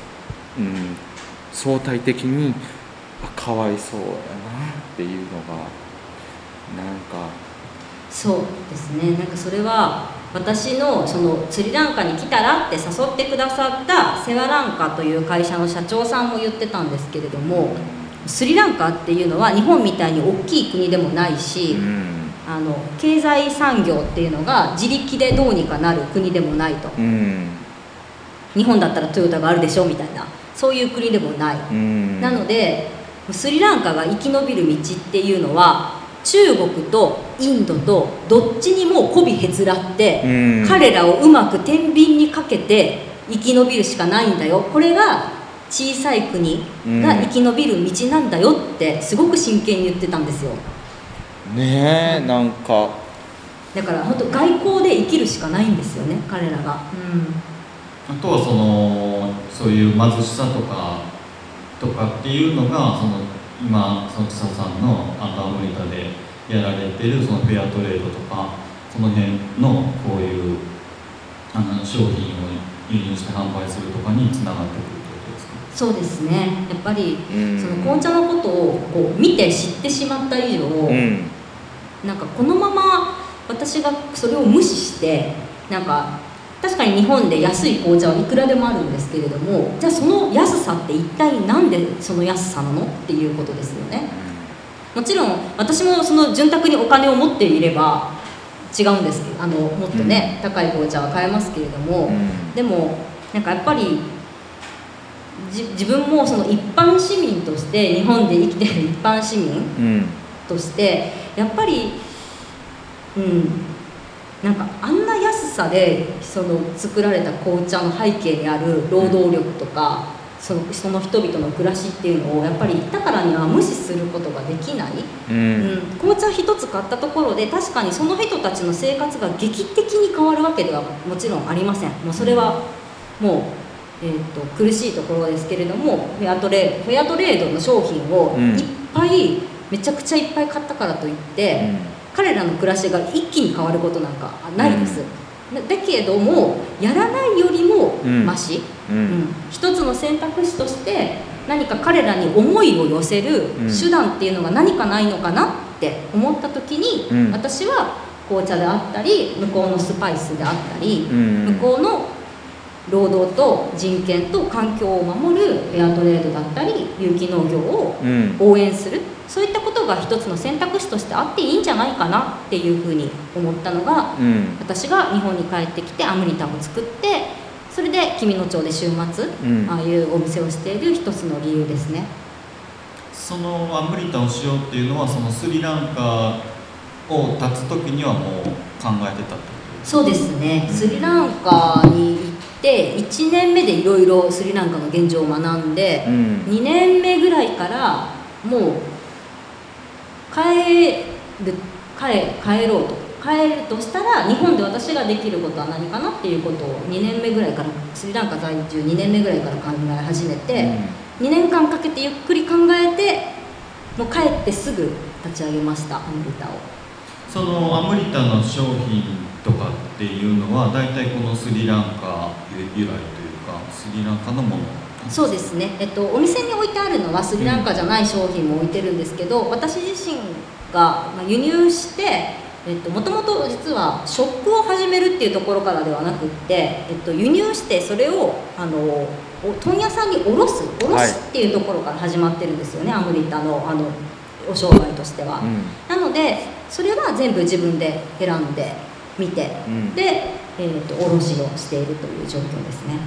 相対的にかわいそうやなっていうのがそうですね、それは私のそのスリランカに来たらって誘ってくださったセワランカという会社の社長さんも言ってたんですけれども、スリランカっていうのは日本みたいに大きい国でもないし、経済産業っていうのが自力でどうにかなる国でもないと、日本だったらトヨタがあるでしょみたいな、そういう国でもない、なのでスリランカが生き延びる道っていうのは中国とインドとどっちにも媚びへつらって、彼らをうまく天秤にかけて生き延びるしかないんだよ、これが小さい国が生き延びる道なんだよってすごく真剣に言ってたんですよね。 だから本当外交で生きるしかないんですよね、彼らが、 あとはそういう貧しさとかっていうのが今千佐さんのアンダーモニタでやられてるそのフェアトレードとか、その辺のこういう商品を輸入して販売するとかにつながってくるってことですか？ そうですね、やっぱりその紅茶のことをこう見て知ってしまった以上、このまま私がそれを無視して確かに日本で安い紅茶はいくらでもあるんですけれども、じゃあその安さって一体なんでその安さなのっていうことですよね。もちろん私もその潤沢にお金を持っていれば違うんですけど、もっとね、高い紅茶は買えますけれども、でもやっぱり自分もその一般市民として、日本で生きている一般市民としてやっぱりあんな安さで作られた紅茶の背景にある労働力とか、 その人々の暮らしっていうのをやっぱり行ったからには無視することができない、紅茶一つ買ったところで確かにその人たちの生活が劇的に変わるわけではもちろんありません。もうそれはもう、苦しいところですけれども、フェアトレードの商品をいっぱい、めちゃくちゃいっぱい買ったからといって、彼らの暮らしが一気に変わることなんかないです、だけどもやらないよりもマシ、一つの選択肢として何か彼らに思いを寄せる手段っていうのが何かないのかなって思った時に、私は紅茶であったり向こうのスパイスであったり、向こうの労働と人権と環境を守るフェアトレードだったり有機農業を応援する、そういったことが一つの選択肢としてあっていいんじゃないかなっていうふうに思ったのが、私が日本に帰ってきてアムリタを作って、それで紀美野町で週末、ああいうお店をしている一つの理由ですね。 そのアムリタをしようっていうのはそのスリランカを立つ時にはもう考えてたってことですか？ そうですね、スリランカに行って1年目でいろいろスリランカの現状を学んで、2年目ぐらいからもう帰るとしたら日本で私ができることは何かなっていうことを2年目ぐらいから、スリランカ在住2年目ぐらいから考え始めて、2年間かけてゆっくり考えて、もう帰ってすぐ立ち上げました、アムリタを。 そのアムリタの商品とかっていうのは大体このスリランカ由来というかスリランカのもの？ そうですね、お店に置いてあるのはスリランカじゃない商品も置いてるんですけど、私自身が輸入して、もともと実はショップを始めるっていうところからではなくって、輸入してそれを問屋さんに卸すっていうところから始まってるんですよね、アムリタのお商売としては、なのでそれは全部自分で選んでみて、で、卸をしているという状況ですね。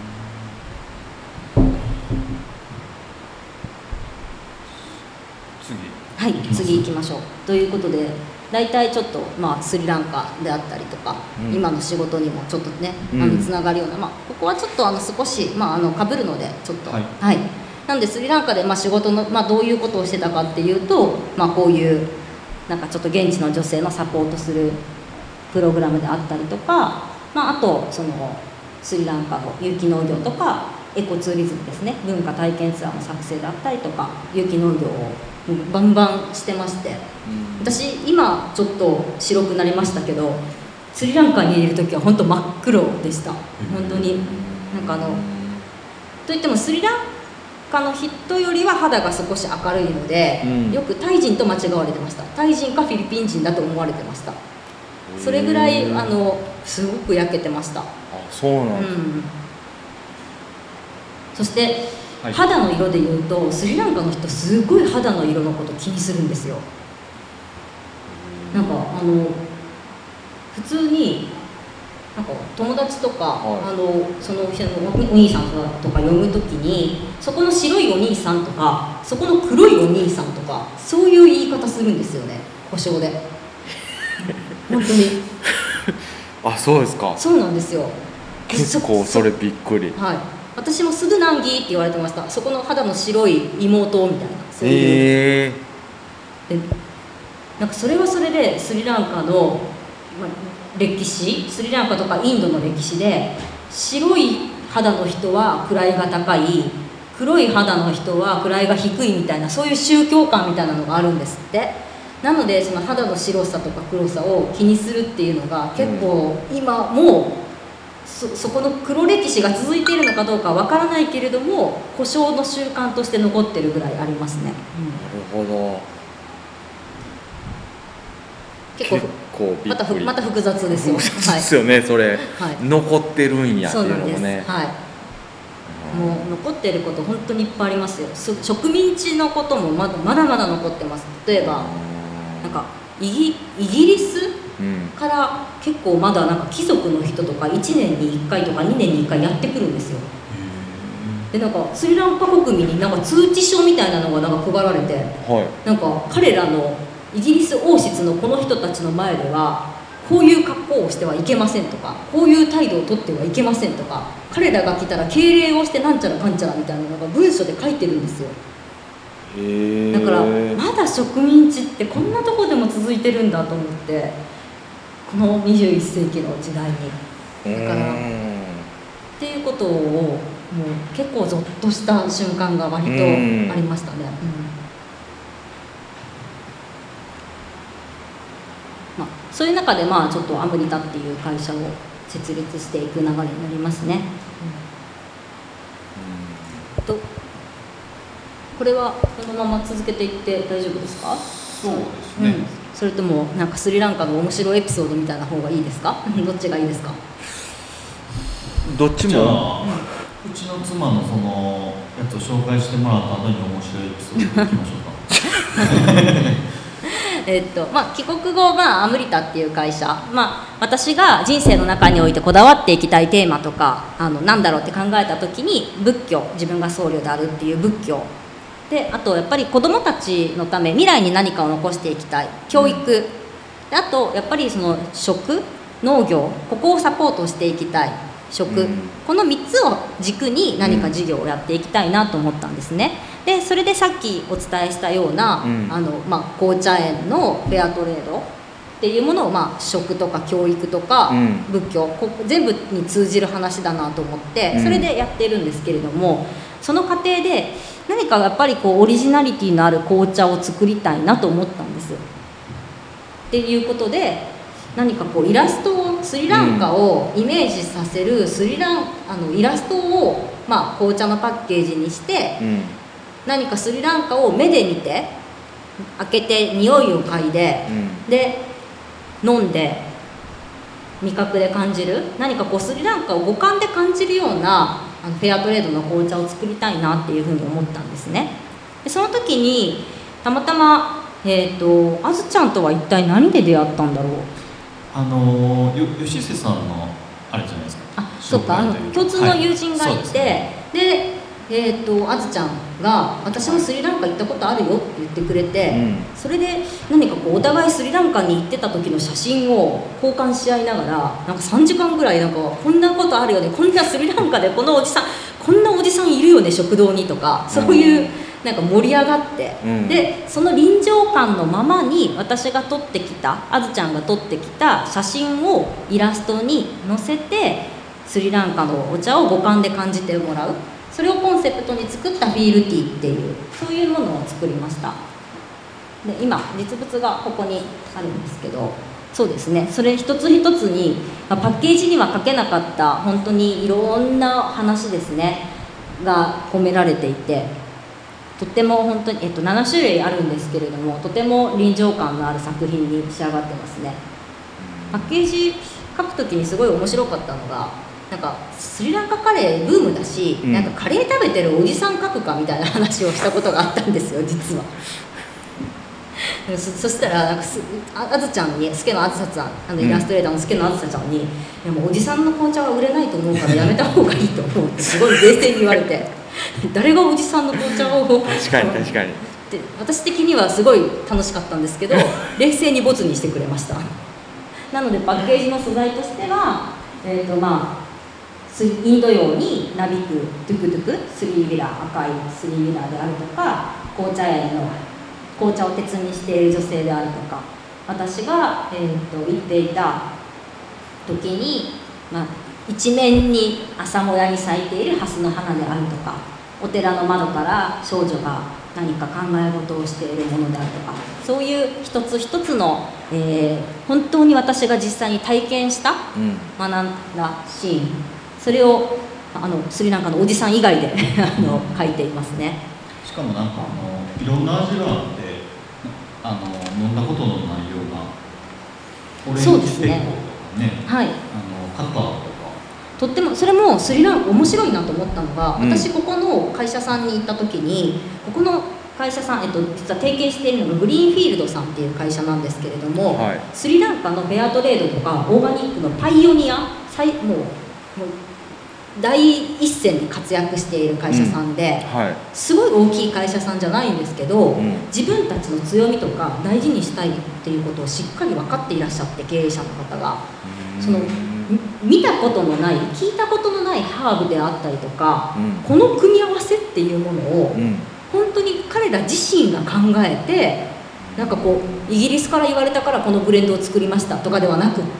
次行きましょう。ということで大体ちょっと、スリランカであったりとか、今の仕事にもちょっとねつながるような、ここはちょっと少しかぶるのでちょっとなのでスリランカで仕事の、どういうことをしてたかっていうと、こういうなんかちょっと現地の女性のサポートするプログラムであったりとか、あとそのスリランカの有機農業とかエコツーリズムですね、文化体験ツアーの作成であったりとか有機農業をバンバンしてまして、私今ちょっと白くなりましたけど、スリランカにいる時は本当真っ黒でした。本当になんかといってもスリランカの人よりは肌が少し明るいので、よくタイ人と間違われてました。タイ人かフィリピン人だと思われてました。それぐらいすごく焼けてました。 そうなんだ。 そして肌の色でいうとスリランカの人すごい肌の色のこと気にするんですよ。なんか普通になんか友達とか、その人のお兄さんとか読むときに、そこの白いお兄さんとかそこの黒いお兄さんとかそういう言い方するんですよね、故障で本当にそうですか。 そうなんですよ。 結構それびっくり。 私もスドゥナンギーって言われてました。そこの肌の白い妹みたいな、そういう、でなんかそれはそれでスリランカの、歴史、スリランカとかインドの歴史で、白い肌の人は位が高い、黒い肌の人は位が低いみたいな、そういう宗教観みたいなのがあるんですって。なのでその肌の白さとか黒さを気にするっていうのが結構今もそこの黒歴史が続いているのかどうかは分からないけれども、故障の習慣として残ってるぐらいありますね。 なるほど。 結構また複雑ですよ。 複雑ですよね、それ、残ってるんやっていうのもね。もう残ってること本当にいっぱいありますよ。植民地のこともまだまだ残ってます。例えばなんかイギリスから結構まだなんか貴族の人とか1年に1回とか2年に1回やってくるんですよ。でなんかスリランカ国民になんか通知書みたいなのがなんか配られて、なんか彼らのイギリス王室のこの人たちの前ではこういう格好をしてはいけませんとか、こういう態度をとってはいけませんとか、彼らが来たら敬礼をしてなんちゃらかんちゃらみたいなのが文書で書いてるんですよ。だからまだ植民地ってこんなとこでも続いてるんだと思って、この21世紀の時代に。だからっていうことをもう結構ゾッとした瞬間が割とありましたね。そういう中でちょっとアムリタっていう会社を設立していく流れになりますね。これはこのまま続けていって大丈夫ですか？ そうですね。 それともなんかスリランカの面白いエピソードみたいな方がいいですか？どっちがいいですか？ どっちも。じゃあ、 うちの妻のそのやつを紹介してもらった後に面白いエピソードいきましょうか。 帰国後、アムリタっていう会社、私が人生の中においてこだわっていきたいテーマとかなんだろうって考えた時に仏教、自分が僧侶であるっていう仏教で、あとやっぱり子どもたちのため未来に何かを残していきたい教育で、あとやっぱりその食、農業、ここをサポートしていきたい食、この3つを軸に何か事業をやっていきたいなと思ったんですね。でそれでさっきお伝えしたような、紅茶園のフェアトレードっていうものを、食とか教育とか、仏教全部に通じる話だなと思ってそれでやってるんですけれども、その過程で何かやっぱりオリジナリティのある紅茶を作りたいなと思ったんです。っていうことで何かイラストをスリランカをイメージさせるイラストを、紅茶のパッケージにして、何かスリランカを目で見て開けて匂いを嗅いで、で飲んで味覚で感じる何かスリランカを五感で感じるようなフェアトレードの紅茶を作りたいなっていうふうに思ったんですね。でその時にたまたま、あずちゃんとは一体何で出会ったんだろう。 吉瀬さんのあれじゃないですか。 そうか、共通の友人がいて、であずちゃんが私もスリランカ行ったことあるよって言ってくれて、それで何かお互いスリランカに行ってた時の写真を交換し合いながらなんか3時間ぐらいこんなことあるよね、こんなスリランカでこんなおじさんいるよね食堂にとか、そういうなんか盛り上がって、でその臨場感のままに私が撮ってきたあずちゃんが撮ってきた写真をイラストに載せてスリランカのお茶を五感で感じてもらう、それをコンセプトに作ったフィールティーっていうそういうものを作りました。で今実物がここにあるんですけど、そうですね、それ一つ一つにパッケージには書けなかった本当にいろんな話ですねが込められていて、とっても本当に、7種類あるんですけれどもとても臨場感のある作品に仕上がってますね。パッケージ書くときにすごい面白かったのがなんかスリランカカレーブームだし、なんかカレー食べてるおじさん描くかみたいな話をしたことがあったんですよ実は。そしたらなんかあずちゃんにスケのあずさちゃんイラストレーターのスケのあずさちゃんに「いやもうおじさんの紅茶は売れないと思うからやめた方がいいと思う」ってすごい冷静に言われて誰がおじさんの紅茶を確かにで私的にはすごい楽しかったんですけど冷静にボツにしてくれました。なのでパッケージの素材としてはインド洋になびくトゥクトゥクスリービラ赤いスリービラであるとか、紅茶園の紅茶を鉄にしている女性であるとか、私が、行っていた時に、一面に朝もやに咲いている蓮の花であるとか、お寺の窓から少女が何か考え事をしているものであるとか、そういう一つ一つの、本当に私が実際に体験した、学んだシーン、それをスリランカのおじさん以外で書いていますね。 しかもなんかいろんな味があって飲んだことのないようなオレンジペコとかね、 はい、 カカオとかとってもそれもスリランカ面白いなと思ったのが、私ここの会社さんに行った時にここの会社さん、実は提携しているのがグリーンフィールドさんっていう会社なんですけれども、スリランカのフェアトレードとかオーガニックのパイオニアもう第一線で活躍している会社さんで、すごい大きい会社さんじゃないんですけど、自分たちの強みとか大事にしたいっていうことをしっかり分かっていらっしゃって、経営者の方がその見たことのない聞いたことのないハーブであったりとか、この組み合わせっていうものを本当に彼ら自身が考えて、なんかこうイギリスから言われたからこのブレンドを作りましたとかではなくって、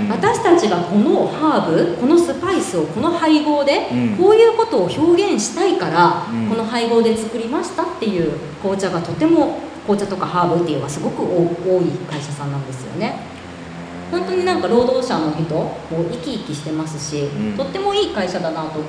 私たちがこのハーブ、このスパイスをこの配合でこういうことを表現したいから、この配合で作りましたっていう紅茶が、とても紅茶とかハーブっていうのがすごく多い会社さんなんですよね。本当になんか労働者の人も生き生きしてますし、とってもいい会社だなと思って、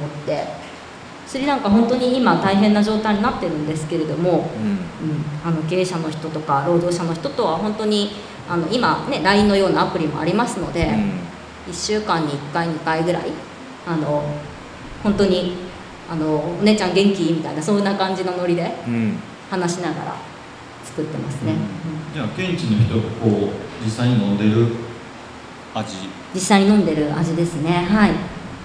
スリランカ本当に今大変な状態になってるんですけれども、経営者の人とか労働者の人とは本当に今ね LINE のようなアプリもありますので、1週間に1回2回ぐらい本当にお姉ちゃん元気みたいな、そんな感じのノリで話しながら作ってますね。 じゃあ現地の人がこう実際に飲んでる味、 実際に飲んでる味ですね。はい。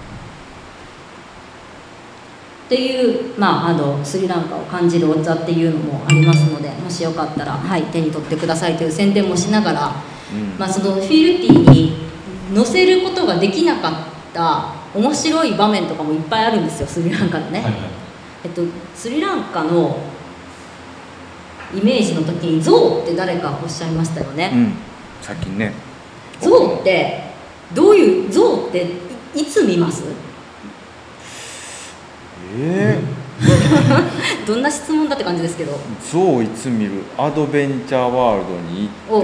っていう、スリランカを感じるお茶っていうのもありますので、もしよかったら、手に取ってくださいという宣伝もしながら、そのフィルティに載せることができなかった面白い場面とかもいっぱいあるんですよ、スリランカでね。スリランカのイメージの時に象って誰かおっしゃいましたよね。 さっきね。 象ってどういう、象っていつ見ます？どんな質問だって感じですけど、 象いつ見る？アドベンチャーワールドに行って、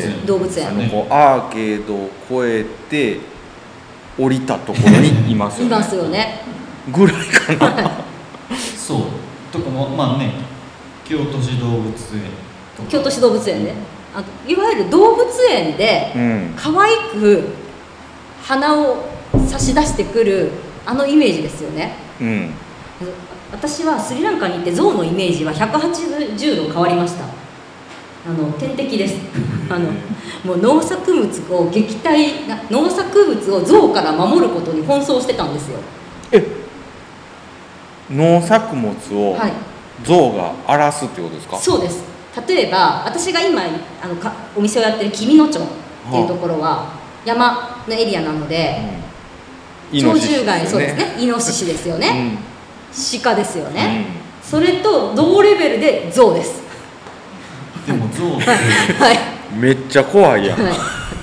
動物園アーケードを越えて降りたところにいますよね。 いますよね。 ぐらいかな。 そうとかも京都市動物園とか、 京都市動物園で、いわゆる動物園で可愛く鼻を差し出してくるイメージですよね。私はスリランカに行って象のイメージは180度変わりました。天敵です。もう農作物を農作物を象から守ることに奔走してたんですよ。 農作物を象が荒らすってことですか？ そうです。例えば私が今お店をやってる紀美野町っていうところは山のエリアなので、鳥獣害、そうですね、イノシシですよね、鹿ですよね、それと同レベルで象です。 でも象ってめっちゃ怖いやん。大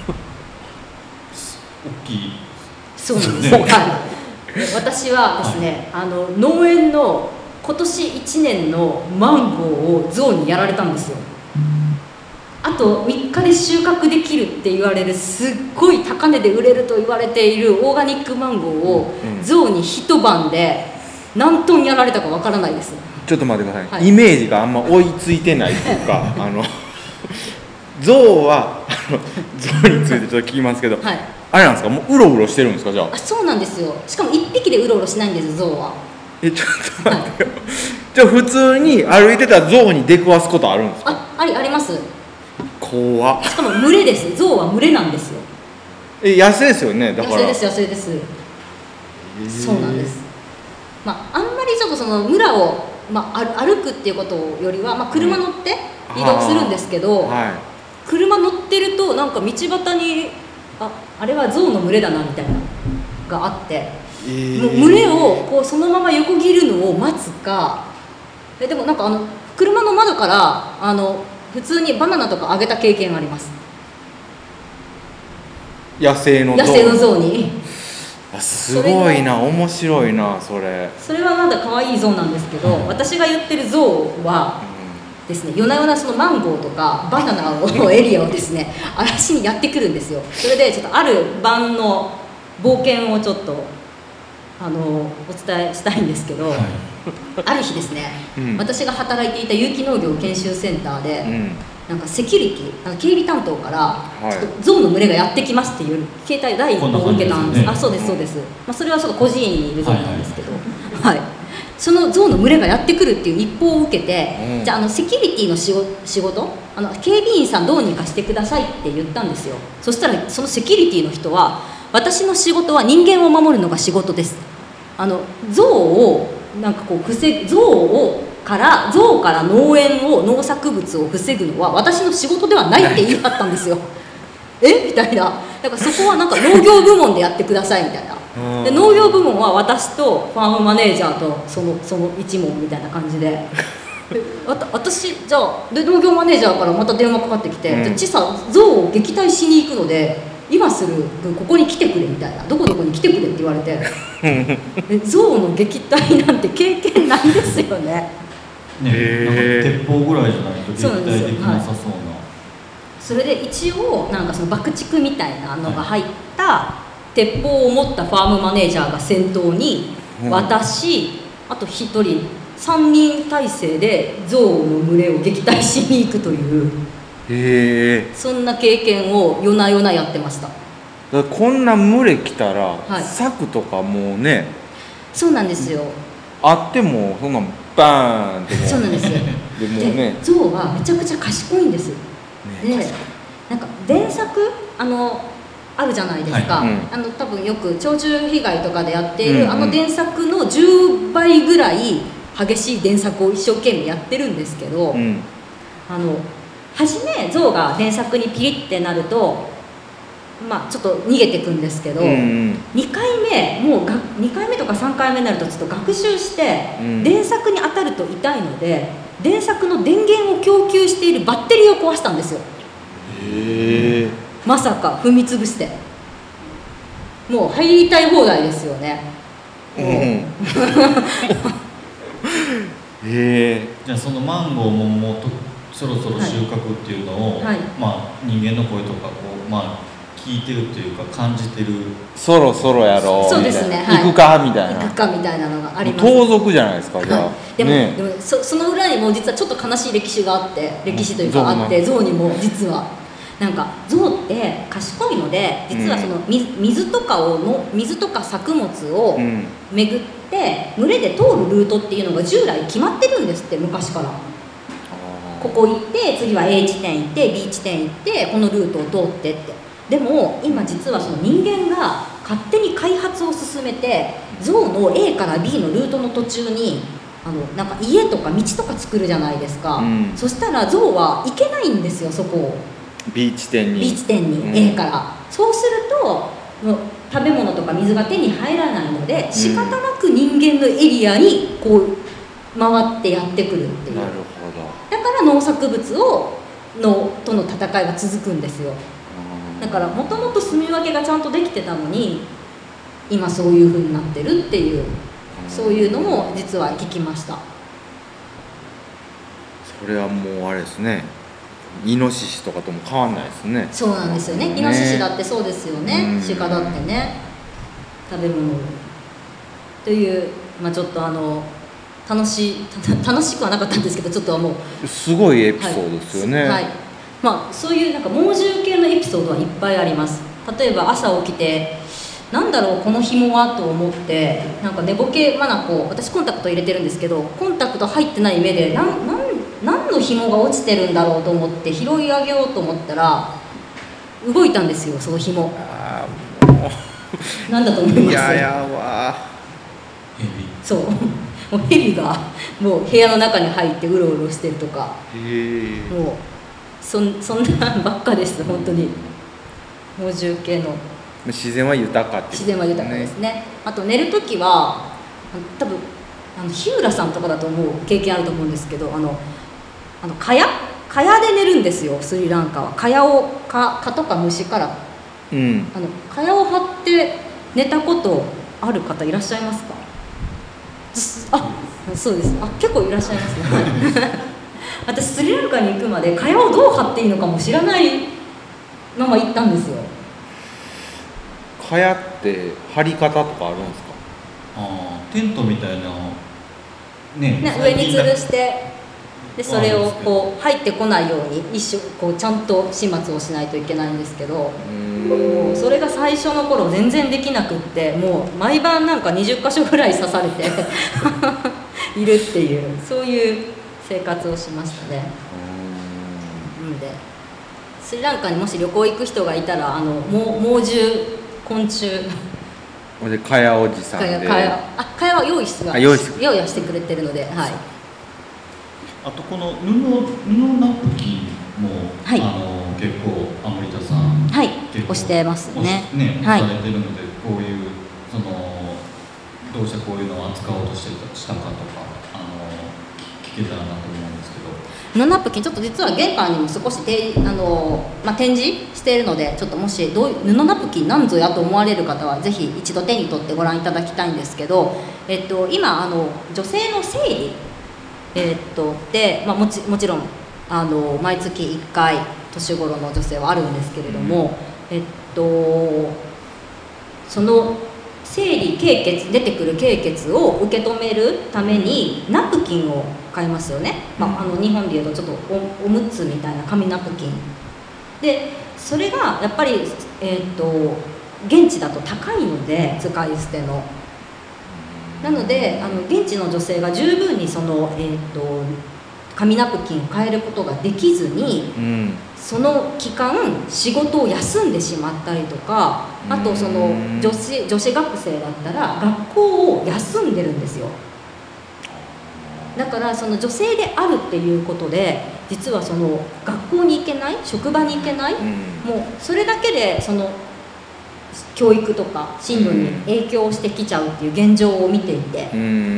きい。 そうなんです。私はですね、農園の今年1年のマンゴーを象にやられたんですよ。あと3日で収穫できるって言われる、すっごい高値で売れると言われているオーガニックマンゴーを象に一晩で何トンやられたかわからないです。 ちょっと待ってください、イメージがあんま追いついてないというか象は象についてちょっと聞きますけど、あれなんですか、もううろうろしてるんですか？じゃあそうなんですよ。しかも1匹でうろうろしないんです、象は。 ちょっと待ってよ、じゃあ普通に歩いてたら象に出くわすことあるんですか？ あります。 怖っ。 しかも群れです。象は群れなんですよ。 野生ですよね。だから野生です。そうなんです。あんまりちょっとその村を、歩くっていうことよりは、車乗って移動するんですけど、車乗ってるとなんか道端にあれは象の群れだなみたいながあって、もう群れをこうそのまま横切るのを待つか、でもなんか車の窓から普通にバナナとかあげた経験があります。 野生の象に。 すごいな、面白いな。それはまだ可愛い象なんですけど、私が言ってる象はですね、夜な夜なそのマンゴーとかバナナのエリアをですね荒らしにやってくるんですよ。それでちょっとある晩の冒険をちょっとお伝えしたいんですけど、ある日ですね、私が働いていた有機農業研修センターで、なんかセキュリティ警備担当からちょっと象の群れがやってきますっていう携帯第一報を受けたんです。そうですそうです。それはちょっと個人にいる象なんですけど、その象の群れがやってくるっていう一報を受けて、じゃあセキュリティの仕事警備員さんどうにかしてくださいって言ったんですよ。そしたらそのセキュリティの人は、私の仕事は人間を守るのが仕事です。 象をなんかこう象から農作物を防ぐのは私の仕事ではないって言い張ったんですよみたいな。だからそこはなんか農業部門でやってくださいみたいな。で農業部門は私とファームマネージャーとその一門みたいな感じで私じゃあで農業マネージャーからまた電話かかってきて「ちさ象を撃退しに行くので今すぐここに来てくれ」みたいな「どこどこに来てくれ」って言われて象の撃退なんて経験ないですよね。 なんか鉄砲ぐらいじゃないと撃退できなさそうな。 それで一応なんかその爆竹みたいなのが入った鉄砲を持ったファームマネージャーが先頭に私、あと1人3人体制で象の群れを撃退しに行くというそんな経験を夜な夜なやってました。 だからこんな群れ来たら、柵とかもうねそうなんですよ。 あってもそんなバーンってもそうなんですよでもね象はめちゃくちゃ賢いんです。でなんか電柵あるじゃないですか、多分よく鳥獣被害とかでやっている、電柵の10倍ぐらい激しい電柵を一生懸命やってるんですけど、初め象が電柵にピリってなるとちょっと逃げてくんですけど、2回目とか3回目になるとちょっと学習して、電柵に当たると痛いので電柵の電源を供給しているバッテリーを壊したんですよ。まさか踏み潰してもう入りたい放題ですよね。 じゃあそのマンゴーももうそろそろ収穫っていうのを、人間の声とか聞いてるというか感じてる。 そろそろやろう。 そうですね。 行くかみたいな。 行くかみたいなのがあります。 盗賊じゃないですか。じゃあ。 でもその裏にも実はちょっと悲しい歴史があって、歴史というかあって、象にも実はなんか象って賢いので、実はその水とか作物を巡って群れで通るルートっていうのが従来決まってるんですって、昔から。ここ行って次は A 地点行って B 地点行ってこのルートを通ってって。でも今実はその人間が勝手に開発を進めて象の A から B のルートの途中になんか家とか道とか作るじゃないですか、そしたら象は行けないんですよ、そこを B 地点に A から。そうすると食べ物とか水が手に入らないので仕方なく人間のエリアにこう回ってやってくるっていう。 なるほど。 だから農作物との戦いが続くんですよ。だからもともと住み分けがちゃんとできてたのに今そういう風になってるっていう、そういうのも実は聞きました。 それはもうあれですね、イノシシとかとも変わんないですね。 そうなんですよね。イノシシだってそうですよね。鹿だってね、食べ物という、ちょっと楽しくはなかったんですけど、ちょっともうすごいエピソードですよね。 そういうなんか猛獣系のエピソードはいっぱいあります。例えば朝起きてなんだろうこの紐はと思って、なんか寝ぼけ私コンタクト入れてるんですけど、コンタクト入ってない目で何の紐が落ちてるんだろうと思って拾い上げようと思ったら動いたんですよ、その紐。なんだと思います？そうもうヘビがもう部屋の中に入ってうろうろしてるとか、もうそんなばっかです。本当に猛獣系の自然は豊かっていう、 自然は豊かですね。あと寝るときは多分日浦さんとかだと思う経験あると思うんですけど、蚊帳で寝るんですよ、スリランカは。蚊とか虫から、蚊帳を張って寝たことある方いらっしゃいますか？そうです。結構いらっしゃいますね。私スリランカに行くまで蚊帳をどう張っていいのかも知らないまま行ったんですよ。 蚊帳って張り方とかあるんですか？ テントみたいな上に吊るして、でそれをこう入ってこないようにこうちゃんと始末をしないといけないんですけど、もうそれが最初の頃全然できなくって、もう毎晩なんか20箇所ぐらい刺されているっていう、そういう生活をしましたね。なのでスリランカにもし旅行行く人がいたら猛獣昆虫でかやおじさんでかやは用意はしてくれてるので、はい、 あとこの布ナプキンも、はい、結構アモリタさん、 はい、押してますね。 はい、されてるので、こういうどうしてこういうのを扱おうとしたかとか聞けたらなと思うんですけど。 布ナプキンちょっと実は玄関にも少し展示しているので、ちょっともし布ナプキンなんぞやと思われる方はぜひ一度手に取ってご覧いただきたいんですけど、今女性の生理、で、もちろん毎月1回年頃の女性はあるんですけれども、その生理経血出てくる経血を受け止めるためにナプキンを買いますよね、日本でいうとちょっと おむつみたいな紙ナプキンで、それがやっぱり、現地だと高いので使い捨てのなので現地の女性が十分にその、紙ナプキンを変えることができずに、その期間仕事を休んでしまったりとか、あとその女子学生だったら学校を休んでるんですよ。だからその女性であるっていうことで、実はその学校に行けない、職場に行けない、もうそれだけでその教育とか進路に影響してきちゃうっていう現状を見ていて、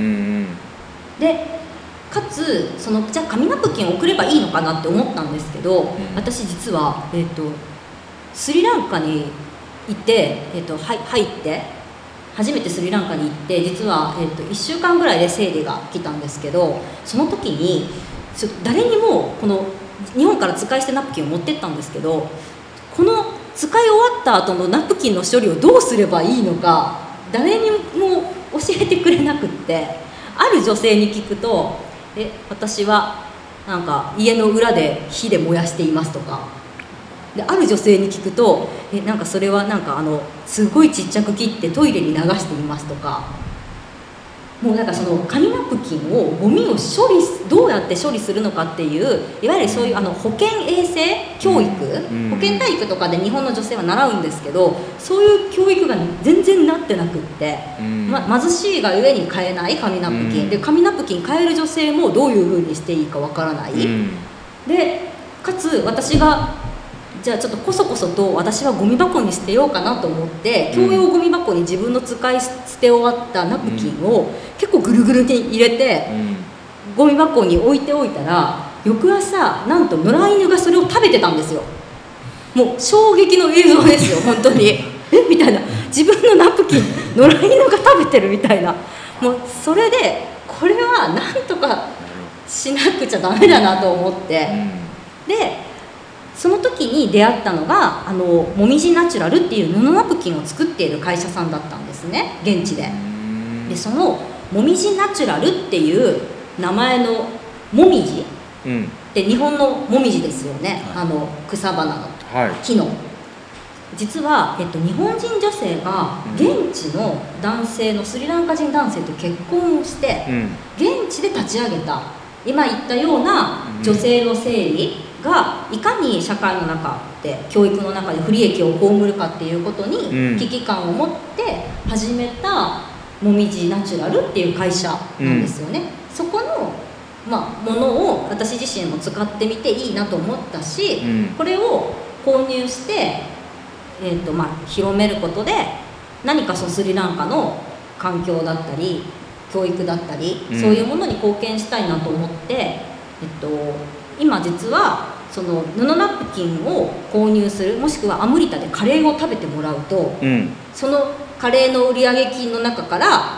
でかつじゃあ紙ナプキンを送ればいいのかなって思ったんですけど、私実は、スリランカに行って、入って初めてスリランカに行って、実は、1週間ぐらいで生理が来たんですけど、その時に誰にもこの日本から使い捨てナプキンを持ってったんですけど、この使い終わった後のナプキンの処理をどうすればいいのか誰にも教えてくれなくって、ある女性に聞くと私はなんか家の裏で火で燃やしていますとかで、ある女性に聞くとなんかそれはなんかすごいちっちゃく切ってトイレに流していますとか、もうなんかその紙ナプキンをゴミをどうやって処理するのかっていう、いわゆるそういう保健衛生教育、保健体育とかで日本の女性は習うんですけど、そういう教育が全然なってなくって、貧しいがゆえに買えない紙ナプキンで、紙ナプキン買える女性もどういうふうにしていいかわからない、でかつ私がじゃあちょっとこそこそと私はゴミ箱に捨てようかなと思って共用ゴミ箱に自分の使い捨て終わったナプキンを結構ぐるぐるに入れてゴミ箱に置いておいたら、翌朝なんと野良犬がそれを食べてたんですよ。もう衝撃の映像ですよ本当にみたいな、自分のナプキン野良犬が食べてるみたいな、もうそれでこれはなんとかしなくちゃダメだなと思って、でその時に出会ったのがもみじナチュラルっていう布ナプキンを作っている会社さんだったんですね、現地で。でそのもみじナチュラルっていう名前のもみじ、で日本のもみじですよね、草花の木の、実は、日本人女性が現地の男性のスリランカ人男性と結婚をして、現地で立ち上げた今言ったような女性の生理がいかに社会の中で教育の中で不利益を被るかっていうことに危機感を持って始めたもみじナチュラルっていう会社なんですよね。そこの、ものを私自身も使ってみていいなと思ったし、これを購入して、広めることで何かスリランカの環境だったり教育だったり、そういうものに貢献したいなと思って、今実はその布ナプキンを購入する、もしくはアムリタでカレーを食べてもらうと、そのカレーの売上金の中から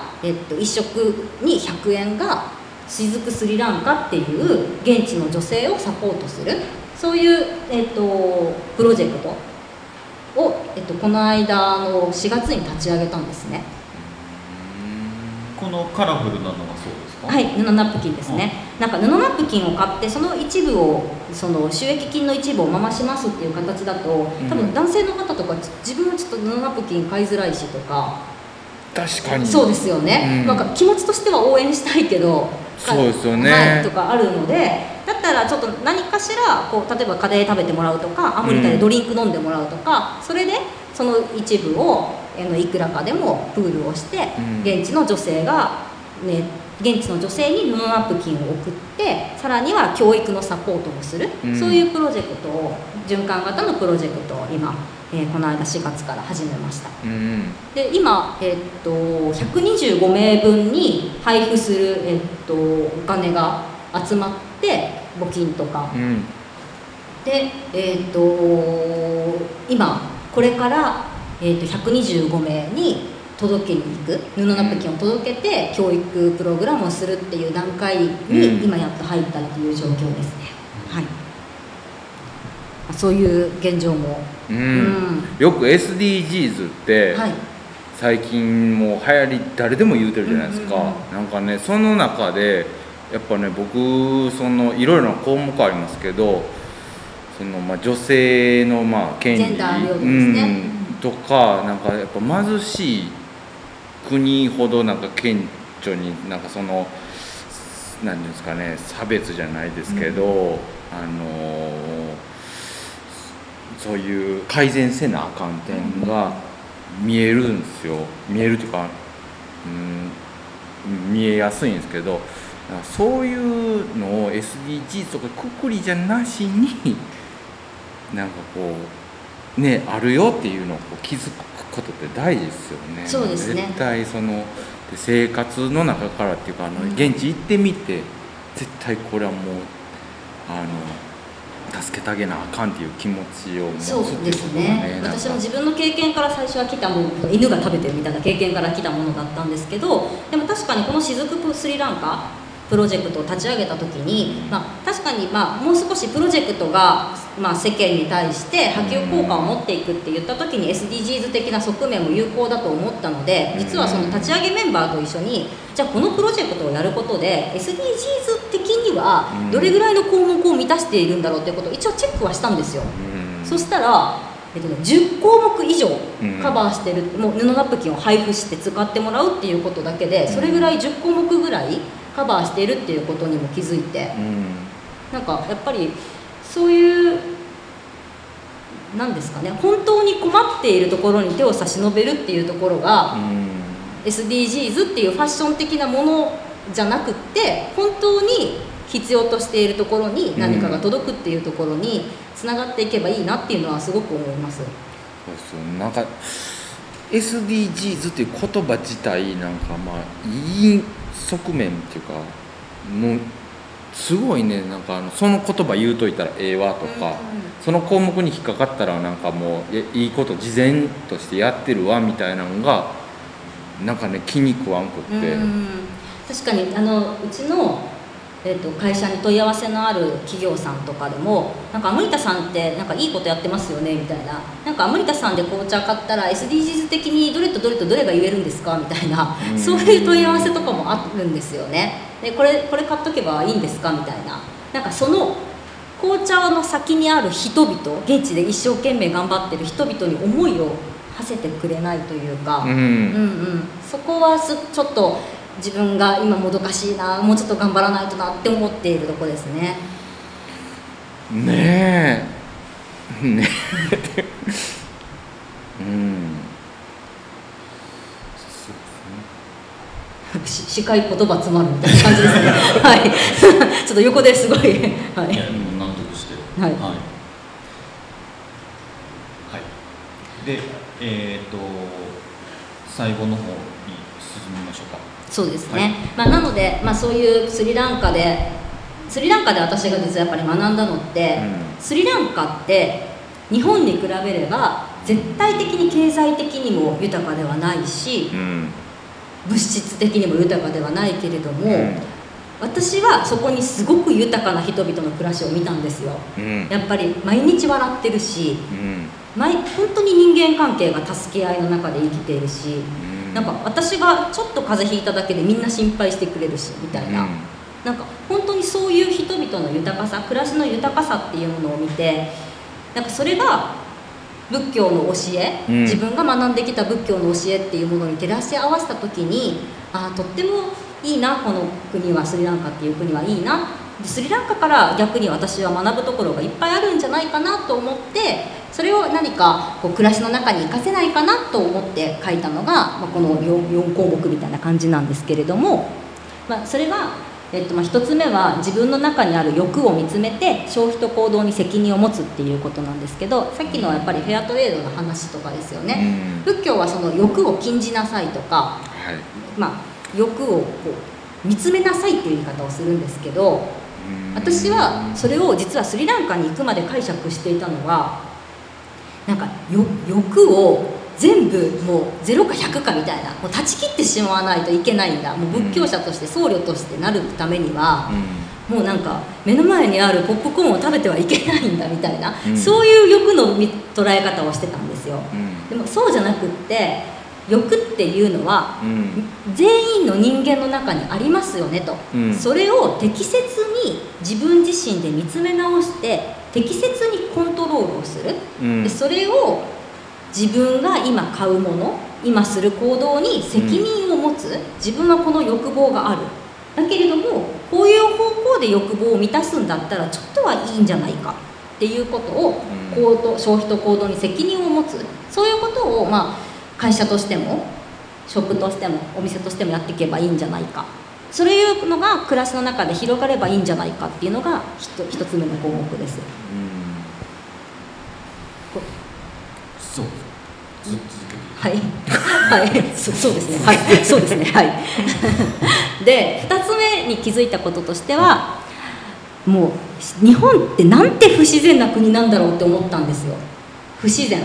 、1食に100円が雫スリランカっていう現地の女性をサポートする、そういう、プロジェクトを、この間の4月に立ち上げたんですね。 このカラフルなのがそうですか？ はい、布ナプキンですね。なんか布ナプキンを買ってその一部をその収益金の一部を回しますっていう形だと、多分男性の方とか自分はちょっと布ナプキン買いづらいしとか、 確かにそうですよね、なんか気持ちとしては応援したいけど、 そうですよね、 はい、とかあるので、だったらちょっと何かしらこう例えばカレー食べてもらうとか、アムリタでドリンク飲んでもらうとか、それでその一部をいくらかでもプールをして、現地の女性が、ね、現地の女性に布ナプキンを送って、さらには教育のサポートもする、そういうプロジェクトを、循環型のプロジェクトを今、この間4月から始めました。で今、125名分に配布する、お金が集まって募金とか、で、今これから、125名に届けに行く、布ナプキンを届けて教育プログラムをするっていう段階に今やっと入ったっていう状況ですね。はい、そういう現状も、 よく SDGs って、最近もう流行り誰でも言うてるじゃないですか。なんかね、その中でやっぱね、僕そのいろいろな項目ありますけど、その女性の権利、 ジェンダー平等ですね、 とか、なんかやっぱ貧しい国ほどなんか顕著になんかその何ていうんですかね、差別じゃないですけど、そういう改善せなあかん点が見えるんですよ。見えるというか、見えやすいんですけど、そういうのを SDGs とかくくりじゃなしになんかこうね、あるよっていうのを気づくことって大事ですよね。 そうですね。 絶対その生活の中からっていうか、現地行ってみて絶対これはもう助けてあげなあかんっていう気持ちを持つっていうことがね。 そうですね。私も自分の経験から最初は来たもの、犬が食べてるみたいな経験から来たものだったんですけど、でも確かにこのしずくスリランカプロジェクトを立ち上げた時に、確かにもう少しプロジェクトが、世間に対して波及効果を持っていくって言った時に SDGs 的な側面も有効だと思ったので、実はその立ち上げメンバーと一緒に、じゃあこのプロジェクトをやることで SDGs 的にはどれぐらいの項目を満たしているんだろうっていうことを一応チェックはしたんですよ。そしたら10項目以上カバーしてる、もう布ナプキンを配布して使ってもらうっていうことだけで、それぐらい10項目ぐらいカバーしているっていうことにも気づいて、なんかやっぱりそういうなんですかね、本当に困っているところに手を差し伸べるっていうところが、SDGs っていうファッション的なものじゃなくって、本当に必要としているところに何かが届くっていうところにつながっていけばいいなっていうのはすごく思います。 そうですよ。なんか SDGs っていう言葉自体なんかいい側面っていうか、もうすごいね、なんかその言葉言うといたらええわとか、その項目に引っかかったらなんかもういいこと事前としてやってるわみたいなのがなんかね、気に食わんくって。 確かにうちの会社に問い合わせのある企業さんとかでも、なんかアムリタさんってなんかいいことやってますよねみたいな、なんかアムリタさんで紅茶買ったら SDGs 的にどれとどれとどれが言えるんですかみたいな、そういう問い合わせとかもあるんですよね。でこれ買っとけばいいんですかみたいな、なんかその紅茶の先にある人々、現地で一生懸命頑張ってる人々に思いを馳せてくれないというか、そこはちょっと自分が今もどかしいな、もうちょっと頑張らないとなって思っているところですね。 ねえねえ司会言葉詰まるみたいな感じですねはいちょっと横ですごいはい、いや納得してる。 はいで最後の方に進みましょうか。 そうですね、なので、そういうスリランカで私が実はやっぱり学んだのって、スリランカって日本に比べれば絶対的に経済的にも豊かではないし、物質的にも豊かではないけれども、私はそこにすごく豊かな人々の暮らしを見たんですよ。やっぱり毎日笑ってるし、本当に人間関係が助け合いの中で生きているし、なんか私がちょっと風邪ひいただけでみんな心配してくれるしみたいな、なんか本当にそういう人々の豊かさ、暮らしの豊かさっていうものを見て、なんかそれが仏教の教え、自分が学んできた仏教の教えっていうものに照らし合わせた時に、とってもいいな、この国は、スリランカっていう国はいいな、 でスリランカから逆に私は学ぶところがいっぱいあるんじゃないかなと思って、それを何かこう暮らしの中に活かせないかなと思って書いたのが、この 4項目みたいな感じなんですけれども、それは、1つ目は自分の中にある欲を見つめて消費と行動に責任を持つっていうことなんですけど、さっきのはやっぱりフェアトレードの話とかですよね。仏教はその欲を禁じなさいとか、欲をこう見つめなさいっていう言い方をするんですけど、私はそれを実はスリランカに行くまで解釈していたのは、なんか欲を全部もう0か100かみたいな、もう断ち切ってしまわないといけないんだ、もう仏教者として僧侶としてなるためには、もうなんか目の前にあるポップコーンを食べてはいけないんだみたいな、そういう欲の捉え方をしてたんですよ。でもそうじゃなくって、欲っていうのは、全員の人間の中にありますよねと、それを適切に自分自身で見つめ直して適切にコントロールをする、でそれを自分が今買うもの、今する行動に責任を持つ、自分はこの欲望がある、だけれどもこういう方向で欲望を満たすんだったらちょっとはいいんじゃないかっていうことを、消費と行動に責任を持つ、そういうことを会社としてもショップとしてもお店としてもやっていけばいいんじゃないか、そういうのが暮らしの中で広がればいいんじゃないかっていうのが一つ目の項目です。 そう、続けて。 はいそうですね、そうですね、で2つ目に気づいたこととしては、もう日本ってなんて不自然な国なんだろうって思ったんですよ。不自然。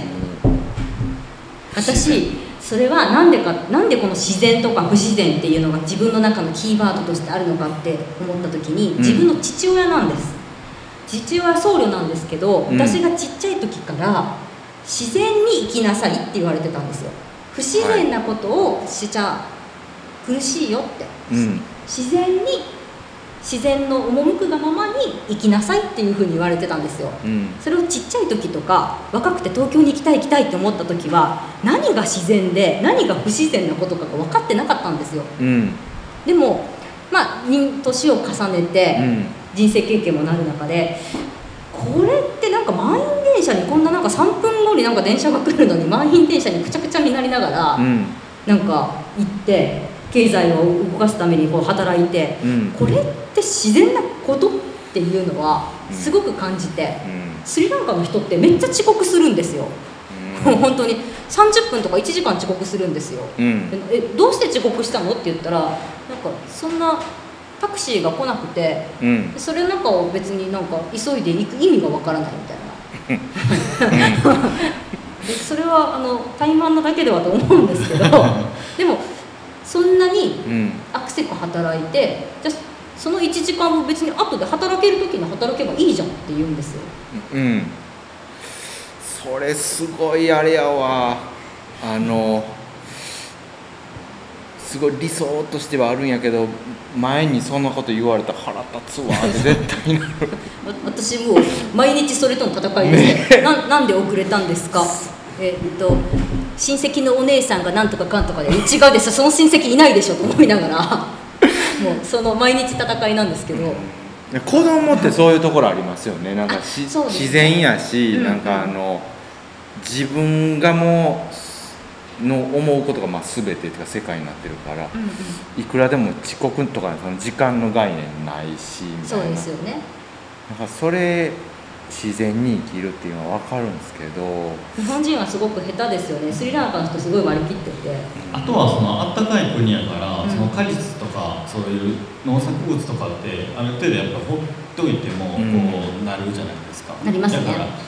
私それはなんでこの自然とか不自然っていうのが自分の中のキーワードとしてあるのかって思った時に、自分の父親なんです。父親は僧侶なんですけど、私がちっちゃい時から自然に生きなさいって言われてたんですよ。不自然なことをしちゃ苦しいよって、自然の赴くがままに生きなさいっていうふうに言われてたんですよ。それをちっちゃい時とか若くて東京に行きたいって思った時は、何が自然で何が不自然なことかが分かってなかったんですよ。でも年を重ねて、人生経験もなる中で、これってなんか満員電車にこんな3分後に電車が来るのに満員電車にくちゃくちゃになりながら、行って経済を動かすために働いて、これって自然なことっていうのはすごく感じて、スリランカの人ってめっちゃ遅刻するんですよ。本当に30分とか1時間遅刻するんですよ。どうして遅刻したのって言ったら、そんなタクシーが来なくて、それを別に急いで行く意味がわからないみたいなでそれは怠慢なだけではと思うんですけどでもそんなにアクセク働いて、じゃその1時間も別に後で働ける時に働けばいいじゃんって言うんですよ。 それすごいあれやわ。すごい理想としてはあるんやけど、前にそんなこと言われたら腹立つわって絶対なる私もう毎日それとの戦いですね。なんで遅れたんですか、親戚のお姉さんがなんとかかんとかで、違うです、その親戚いないでしょと思いながらもうその毎日戦いなんですけど、 子供ってそういうところありますよね。自然やし、自分がもうの思うことが全てというか世界になってるから、いくらでも遅刻とかその時間の概念ないしみたいな。 そうですよね。 それ自然に生きるっていうのは分かるんですけど、 日本人はすごく下手ですよね。スリランカの人すごい割り切ってて、 あとはそのあったかい国やから、その果実とかそういう農作物とかってある程度やっぱほっといてもこうなるじゃないですか。 なりますね。 だから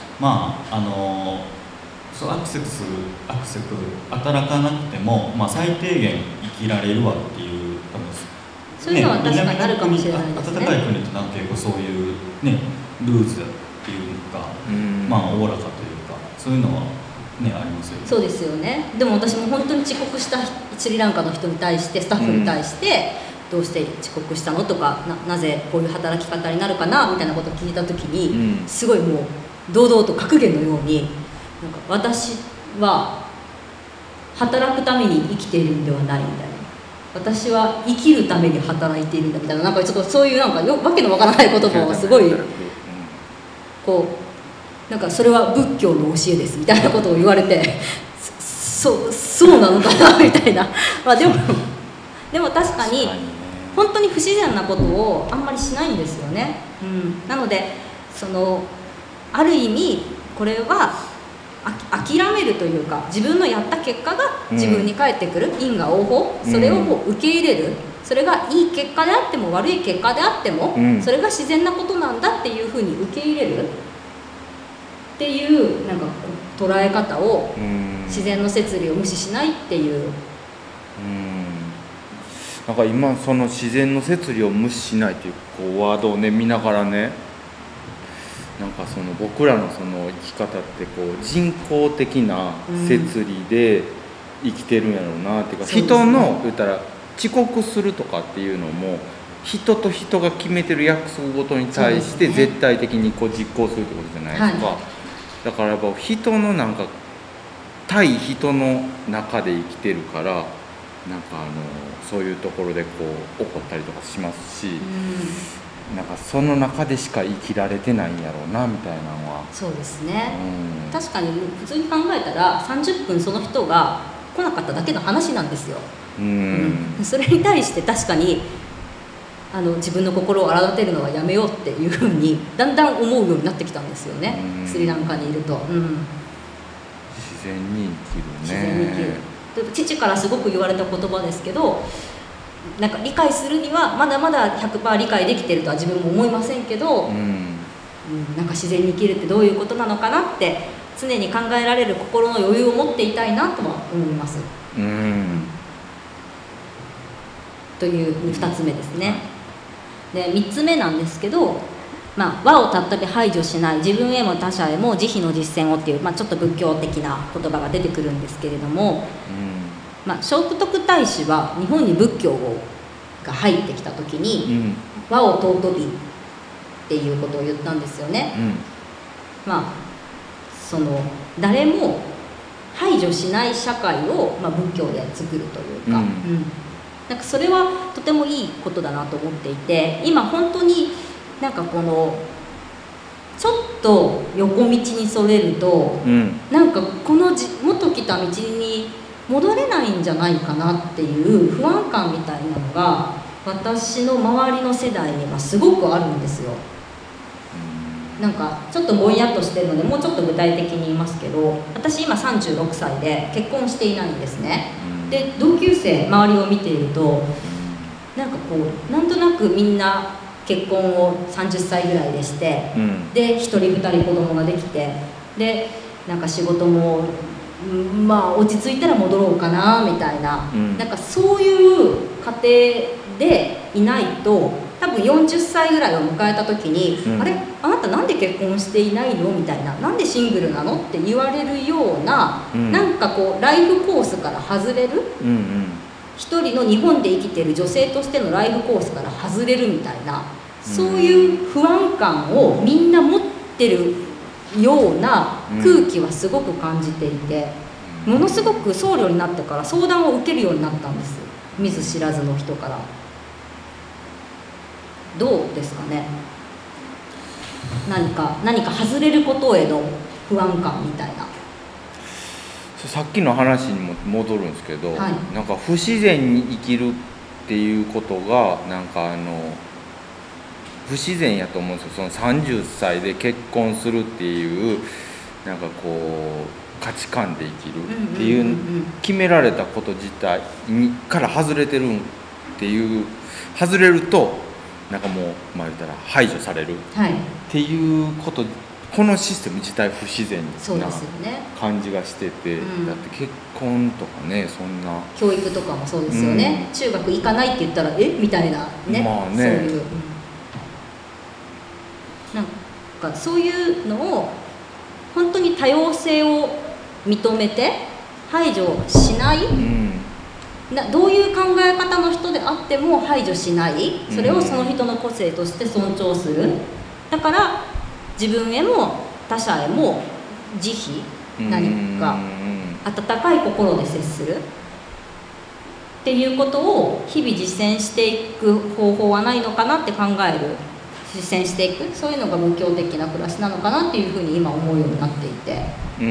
そうアクセク働かなくても、最低限生きられるわっていう、多分そういうのは確かにあるかもしれないですね。 暖かい国って結構そういうねルーツっていうか、おおらかというか、そういうのはねありますよね。 そうですよね。でも私も本当に遅刻したスリランカの人に対して、スタッフに対して、どうして遅刻したのとか、なぜこういう働き方になるかなみたいなことを聞いた時に、すごいもう堂々と格言のように、私は働くために生きているんではないみたいな、 私は生きるために働いているんだみたいな、なんかちょっとそういうなんかわけのわからない言葉をすごいこうなんかそれは仏教の教えですみたいなことを言われてそうなのかなみたいなまあでも確かに本当に不自然なことをあんまりしないんですよね、なのである意味これは諦めるというか、自分のやった結果が自分に返ってくる、因果応報、それをもう受け入れる、それがいい結果であっても悪い結果であっても、それが自然なことなんだっていうふうに受け入れるっていうなんか捉え方を、自然の摂理を無視しないっていう、 なんか今その自然の摂理を無視しないっていうワードをね見ながらね、なんかその僕らのその生き方って人工的な摂理で生きてるんやろうなっていうか、人の言ったら遅刻するとかっていうのも人と人が決めてる約束ごとに対して絶対的に実行するってことじゃないですか、だからやっぱ人のなんか対人の中で生きてるから、なんかそういうところで起こったりとかしますし、なんかその中でしか生きられてないんやろうなみたいなのは。 そうですね、確かに普通に考えたら30分その人が来なかっただけの話なんですよ、それに対して確かに自分の心を荒立てるのはやめようっていうふうにだんだん思うようになってきたんですよね、スリランカにいると、 自然に生きるね。 自然に生きる。父からすごく言われた言葉ですけど、なんか理解するにはまだまだ 100% 理解できてるとは自分も思いませんけど、なんか自然に生きるってどういうことなのかなって常に考えられる心の余裕を持っていたいなとは思います、という2つ目ですね。で3つ目なんですけど、和を尊び排除しない、自分へも他者へも慈悲の実践をっていう、ちょっと仏教的な言葉が出てくるんですけれども、聖徳太子は日本に仏教が入ってきた時に、和を尊びっていうことを言ったんですよね、誰も排除しない社会を、仏教で作るというか、なんかそれはとてもいいことだなと思っていて、今本当になんかちょっと横道にそれると、なんかこの元来た道に戻れないんじゃないかなっていう不安感みたいなのが私の周りの世代にはすごくあるんですよ。なんかちょっとぼんやっとしてるのでもうちょっと具体的に言いますけど、私今36歳で結婚していないんですね。で同級生周りを見ていると、なんかなんとなくみんな結婚を30歳ぐらいでして、で1人2人子供ができて、でなんか仕事も落ち着いたら戻ろうかなみたいな、なんかそういう家庭でいないと、多分40歳ぐらいを迎えた時に、あれあなたなんで結婚していないのみたいな、なんでシングルなのって言われるような、なんかライフコースから外れる、一人の日本で生きている女性としてのライフコースから外れるみたいな、そういう不安感をみんな持ってるような空気はすごく感じていて、ものすごく僧侶になってから相談を受けるようになったんです、見ず知らずの人から。どうですかね。何か外れることへの不安感みたいな。 さっきの話にも戻るんですけど、なんか不自然に生きるっていうことがなんか不自然やと思うんですよ。その30歳で結婚するっていうなんか価値観で生きるっていう決められたこと自体から外れてるっていう、外れるとなんかもう言ったら排除されるっていうこと、このシステム自体不自然な感じがしてて、だって結婚とかね、そんな教育とかもそうですよね、中学行かないって言ったらみたいなね、そういう、なんかそういうのを本当に多様性を認めて排除しない、どういう考え方の人であっても排除しない、それをその人の個性として尊重する。だから自分へも他者へも慈悲、何か温かい心で接するっっていうことを日々実践していく方法はないのかなって考える、実践していく、そういうのが無教的な暮らしなのかなっていうふうに今思うようになっていて、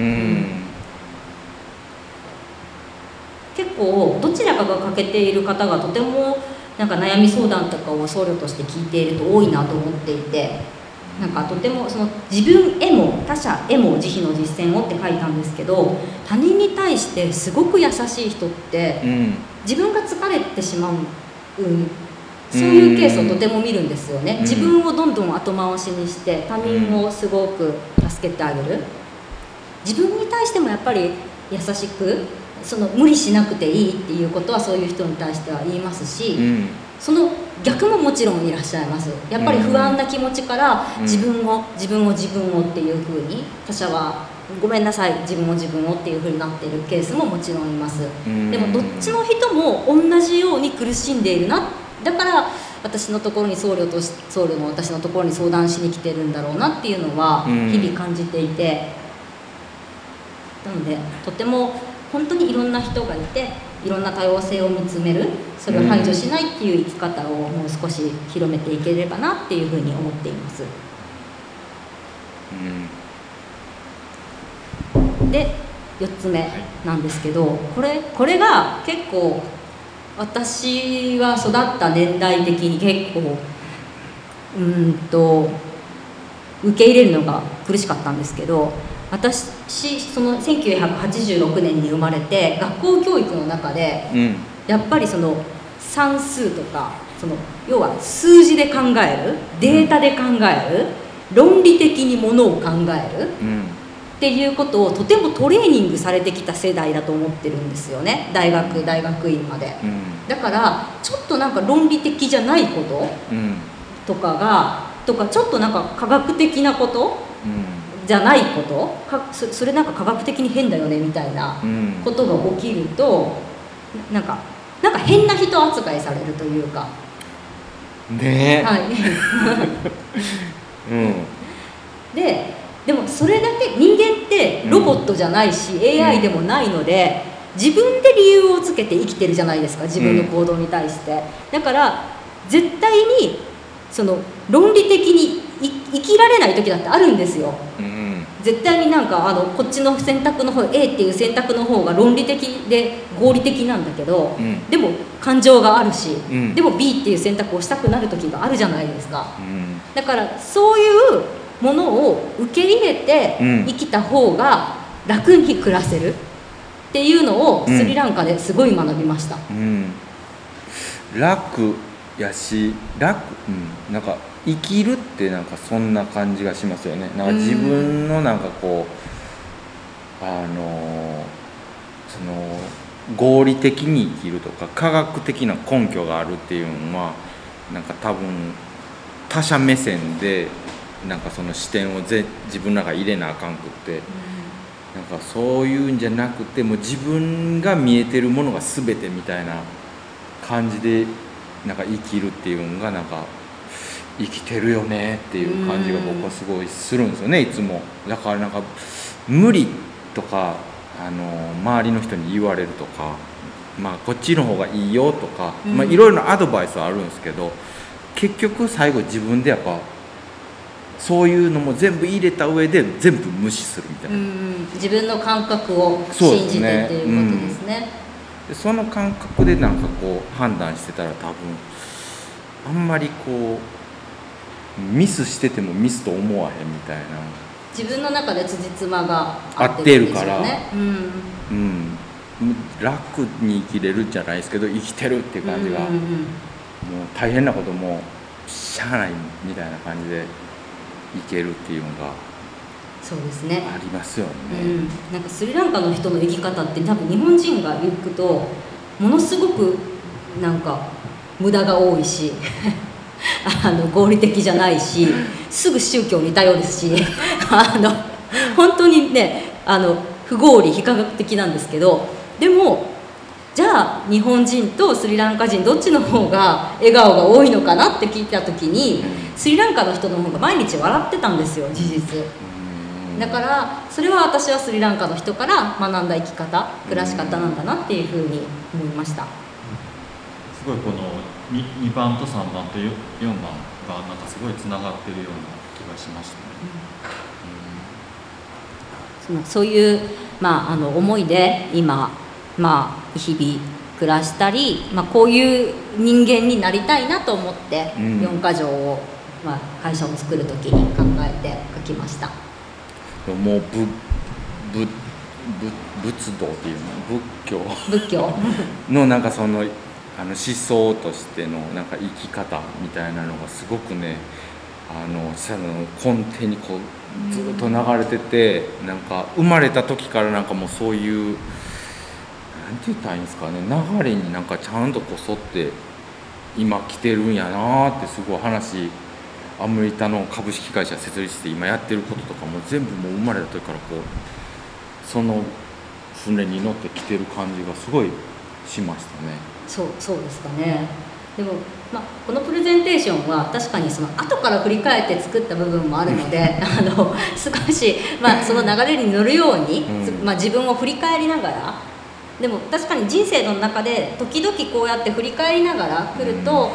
結構どちらかが欠けている方がとてもなんか悩み相談とかを僧侶として聞いていると多いなと思っていて、なんかとてもその自分へも他者へも慈悲の実践をって書いたんですけど、他人に対してすごく優しい人って、自分が疲れてしまう、そういうケースをとても見るんですよね。自分をどんどん後回しにして他人をすごく助けてあげる。自分に対してもやっぱり優しく、その無理しなくていいっていうことはそういう人に対しては言いますし、その逆ももちろんいらっしゃいます。やっぱり不安な気持ちから自分をっていうふうに、他者はごめんなさい自分をっていうふうになっているケースももちろんいます。でもどっちの人も同じように苦しんでいるな、だから私のところに僧侶の私のところに相談しに来てるんだろうなっていうのは日々感じていて、なのでとても本当にいろんな人がいて、いろんな多様性を見つめる、それを排除しないっていう生き方をもう少し広めていければなっていうふうに思っています。で4つ目なんですけど、これが結構私は育った年代的に結構受け入れるのが苦しかったんですけど、私その1986年に生まれて、学校教育の中で、やっぱりその算数とか、その要は数字で考える、データで考える、論理的にものを考える、っていうことをとてもトレーニングされてきた世代だと思ってるんですよね、大学院まで、だからちょっとなんか論理的じゃないこととかちょっとなんか科学的なこと、じゃないことそれなんか科学的に変だよねみたいなことが起きると、なんか変な人扱いされるというかねえ、はいでもそれだけ人間ってロボットじゃないし、AI でもないので、自分で理由をつけて生きてるじゃないですか、自分の行動に対して。だから絶対にその論理的に生きられない時だってあるんですよ、絶対になんかこっちの選択の方 A っていう選択の方が論理的で合理的なんだけど、でも感情があるし、でも B っていう選択をしたくなる時があるじゃないですか、だからそういうものを受け入れて生きた方が楽に暮らせるっていうのをスリランカですごい学びました、 楽やしなんか生きるってなんかそんな感じがしますよね。なんか自分のなんかこうその合理的に生きるとか科学的な根拠があるっていうのはなんか多分他者目線でなんかその視点を自分の中に入れなあかんくって、なんかそういうんじゃなくてもう自分が見えてるものが全てみたいな感じでなんか生きるっていうのがなんか生きてるよねっていう感じが僕はすごいするんですよね、いつも。だからなんか無理とか周りの人に言われるとか、こっちの方がいいよとか、いろいろなアドバイスはあるんですけど、結局最後自分でやっぱそういうのも全部入れた上で全部無視するみたいな、 自分の感覚を信じてっていうことですね。 その感覚でなんかこう判断してたら多分あんまりこうミスしててもミスと思わへんみたいな、 自分の中で辻褄が合ってるんですよね。 楽に生きれるじゃないですけど生きてるっていう感じが、もう大変なこともしゃあないみたいな感じで生けるっていうのがそうですね、 ありますよね、 なんかスリランカの人の生き方って多分日本人が行くとものすごくなんか無駄が多いし合理的じゃないし、すぐ宗教に頼るし本当にね不合理非科学的なんですけど、でもじゃあ日本人とスリランカ人どっちの方が笑顔が多いのかなって聞いた時に、スリランカの人の方が毎日笑ってたんですよ、事実。だからそれは私はスリランカの人から学んだ生き方、暮らし方なんだなっていうふうに思いました。 ごいこの 2番と3番と4番がなんかすごいつながってるような気がしましたね。そういう、思いで今、日々暮らしたり、こういう人間になりたいなと思って、4か条を、会社を作る時に考えて書きました。 もう仏道っていうの仏教のなんかその思想としてのなんか生き方みたいなのがすごくね根底にこうずっと流れてて、なんか生まれた時からなんかもうそういうなんて言ったらいいんですかね、流れになんかちゃんとこそって今来てるんやなってすごい話、アムリタの株式会社設立して今やってることとかも全部もう生まれた時からこうその船に乗ってきてる感じがすごいしましたね。 そうですかね。でも、このプレゼンテーションは確かにその後から振り返って作った部分もあるので少し、その流れに乗るように、自分を振り返りながら、でも確かに人生の中で時々こうやって振り返りながら来ると、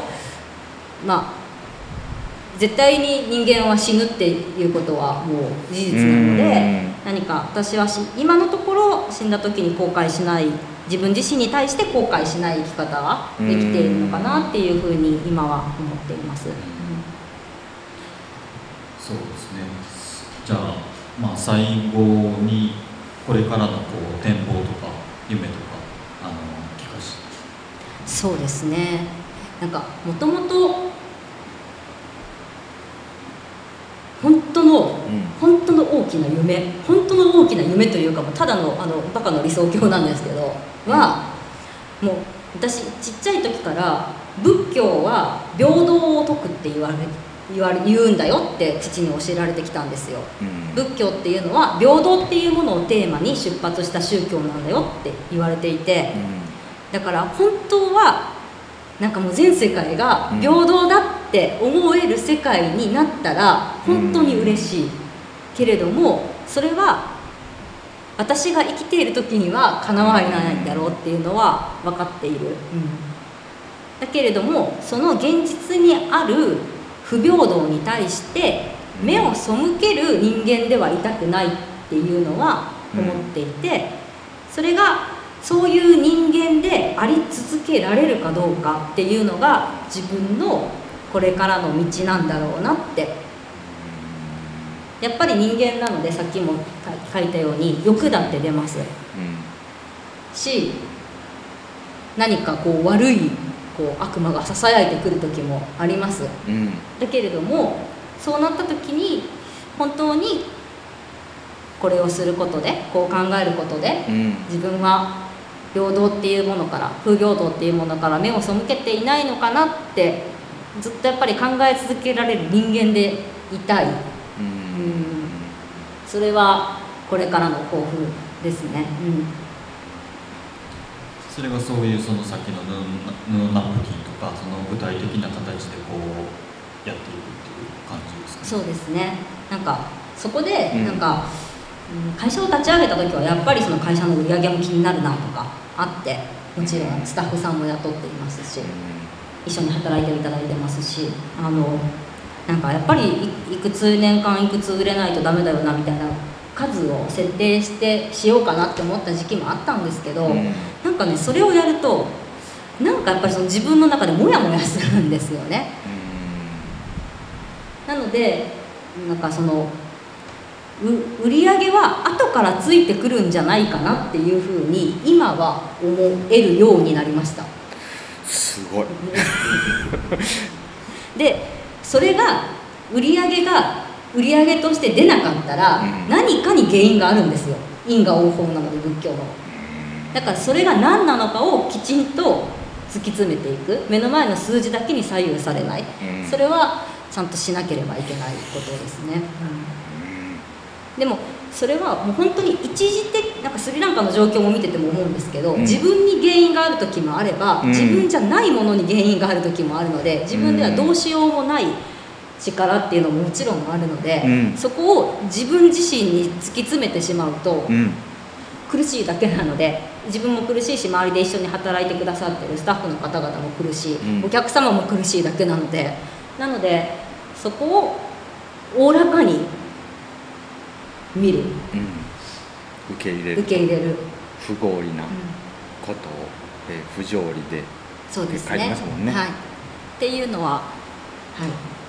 絶対に人間は死ぬっていうことはもう事実なので、何か私は今のところ死んだ時に後悔しない、自分自身に対して後悔しない生き方はできているのかなっていうふうに今は思っています。 そうですね。じゃあ、最後にこれからのこう展望とか夢とか聞かせて。 そうですね。なんかもともと本当の大きな夢、本当の大きな夢というか、ただのバカの理想郷なんですけどは、もう私ちっちゃい時から仏教は平等を説くって言うんだよって父に教えられてきたんですよ。仏教っていうのは平等っていうものをテーマに出発した宗教なんだよって言われていて、だから本当はなんかもう全世界が平等だって思える世界になったら本当に嬉しいけれども、それは私が生きている時には叶わないんだろうっていうのは分かっている、だけれどもその現実にある不平等に対して目を背ける人間ではいたくないっていうのは思っていて、それがそういう人間であり続けられるかどうかっていうのが自分のこれからの道なんだろうなって。やっぱり人間なので、さっきも書いたように欲だって出ます、し、何かこう悪い悪魔がささやいてくる時もあります、だけれどもそうなった時に本当にこれをすることで、こう考えることで、自分は平等っていうものから不平等っていうものから目を背けていないのかなってずっとやっぱり考え続けられる人間でいたい、それはこれからの抱負ですね、 それがそういうその先の布ナプキンとかその具体的な形でこうやっていくっていう感じですかね。 そうですね。なんかそこでなんか、会社を立ち上げた時はやっぱりその会社の売り上げも気になるなとかあって、もちろんスタッフさんも雇っていますし、一緒に働いていただいてますし、なんかやっぱりいくつ年間いくつ売れないとダメだよなみたいな数を設定しようかなって思った時期もあったんですけど、なんかねそれをやるとなんかやっぱりその自分の中でモヤモヤするんですよね。なのでなんかその売り上げは後からついてくるんじゃないかなっていうふうに今は思えるようになりました。 すごいでそれが売り上げとして出なかったら、何かに原因があるんですよ。因果応報なので仏教の。だからそれが何なのかをきちんと突き詰めていく。目の前の数字だけに左右されない、それはちゃんとしなければいけないことですね、でもそれはもう本当に一時的、なんかスリランカの状況も見てても思うんですけど、自分に原因がある時もあれば、自分じゃないものに原因がある時もあるので、自分ではどうしようもない力っていうのももちろんあるので、そこを自分自身に突き詰めてしまうと、苦しいだけなので、 自分も苦しいし、周りで一緒に働いてくださってるスタッフの方々も苦しい、お客様も苦しいだけなので、そこをおおらかに見る、 受け入れる不合理なことを、不条理でそうですね、 書いてますもんね。 はい、っていうのは、はい、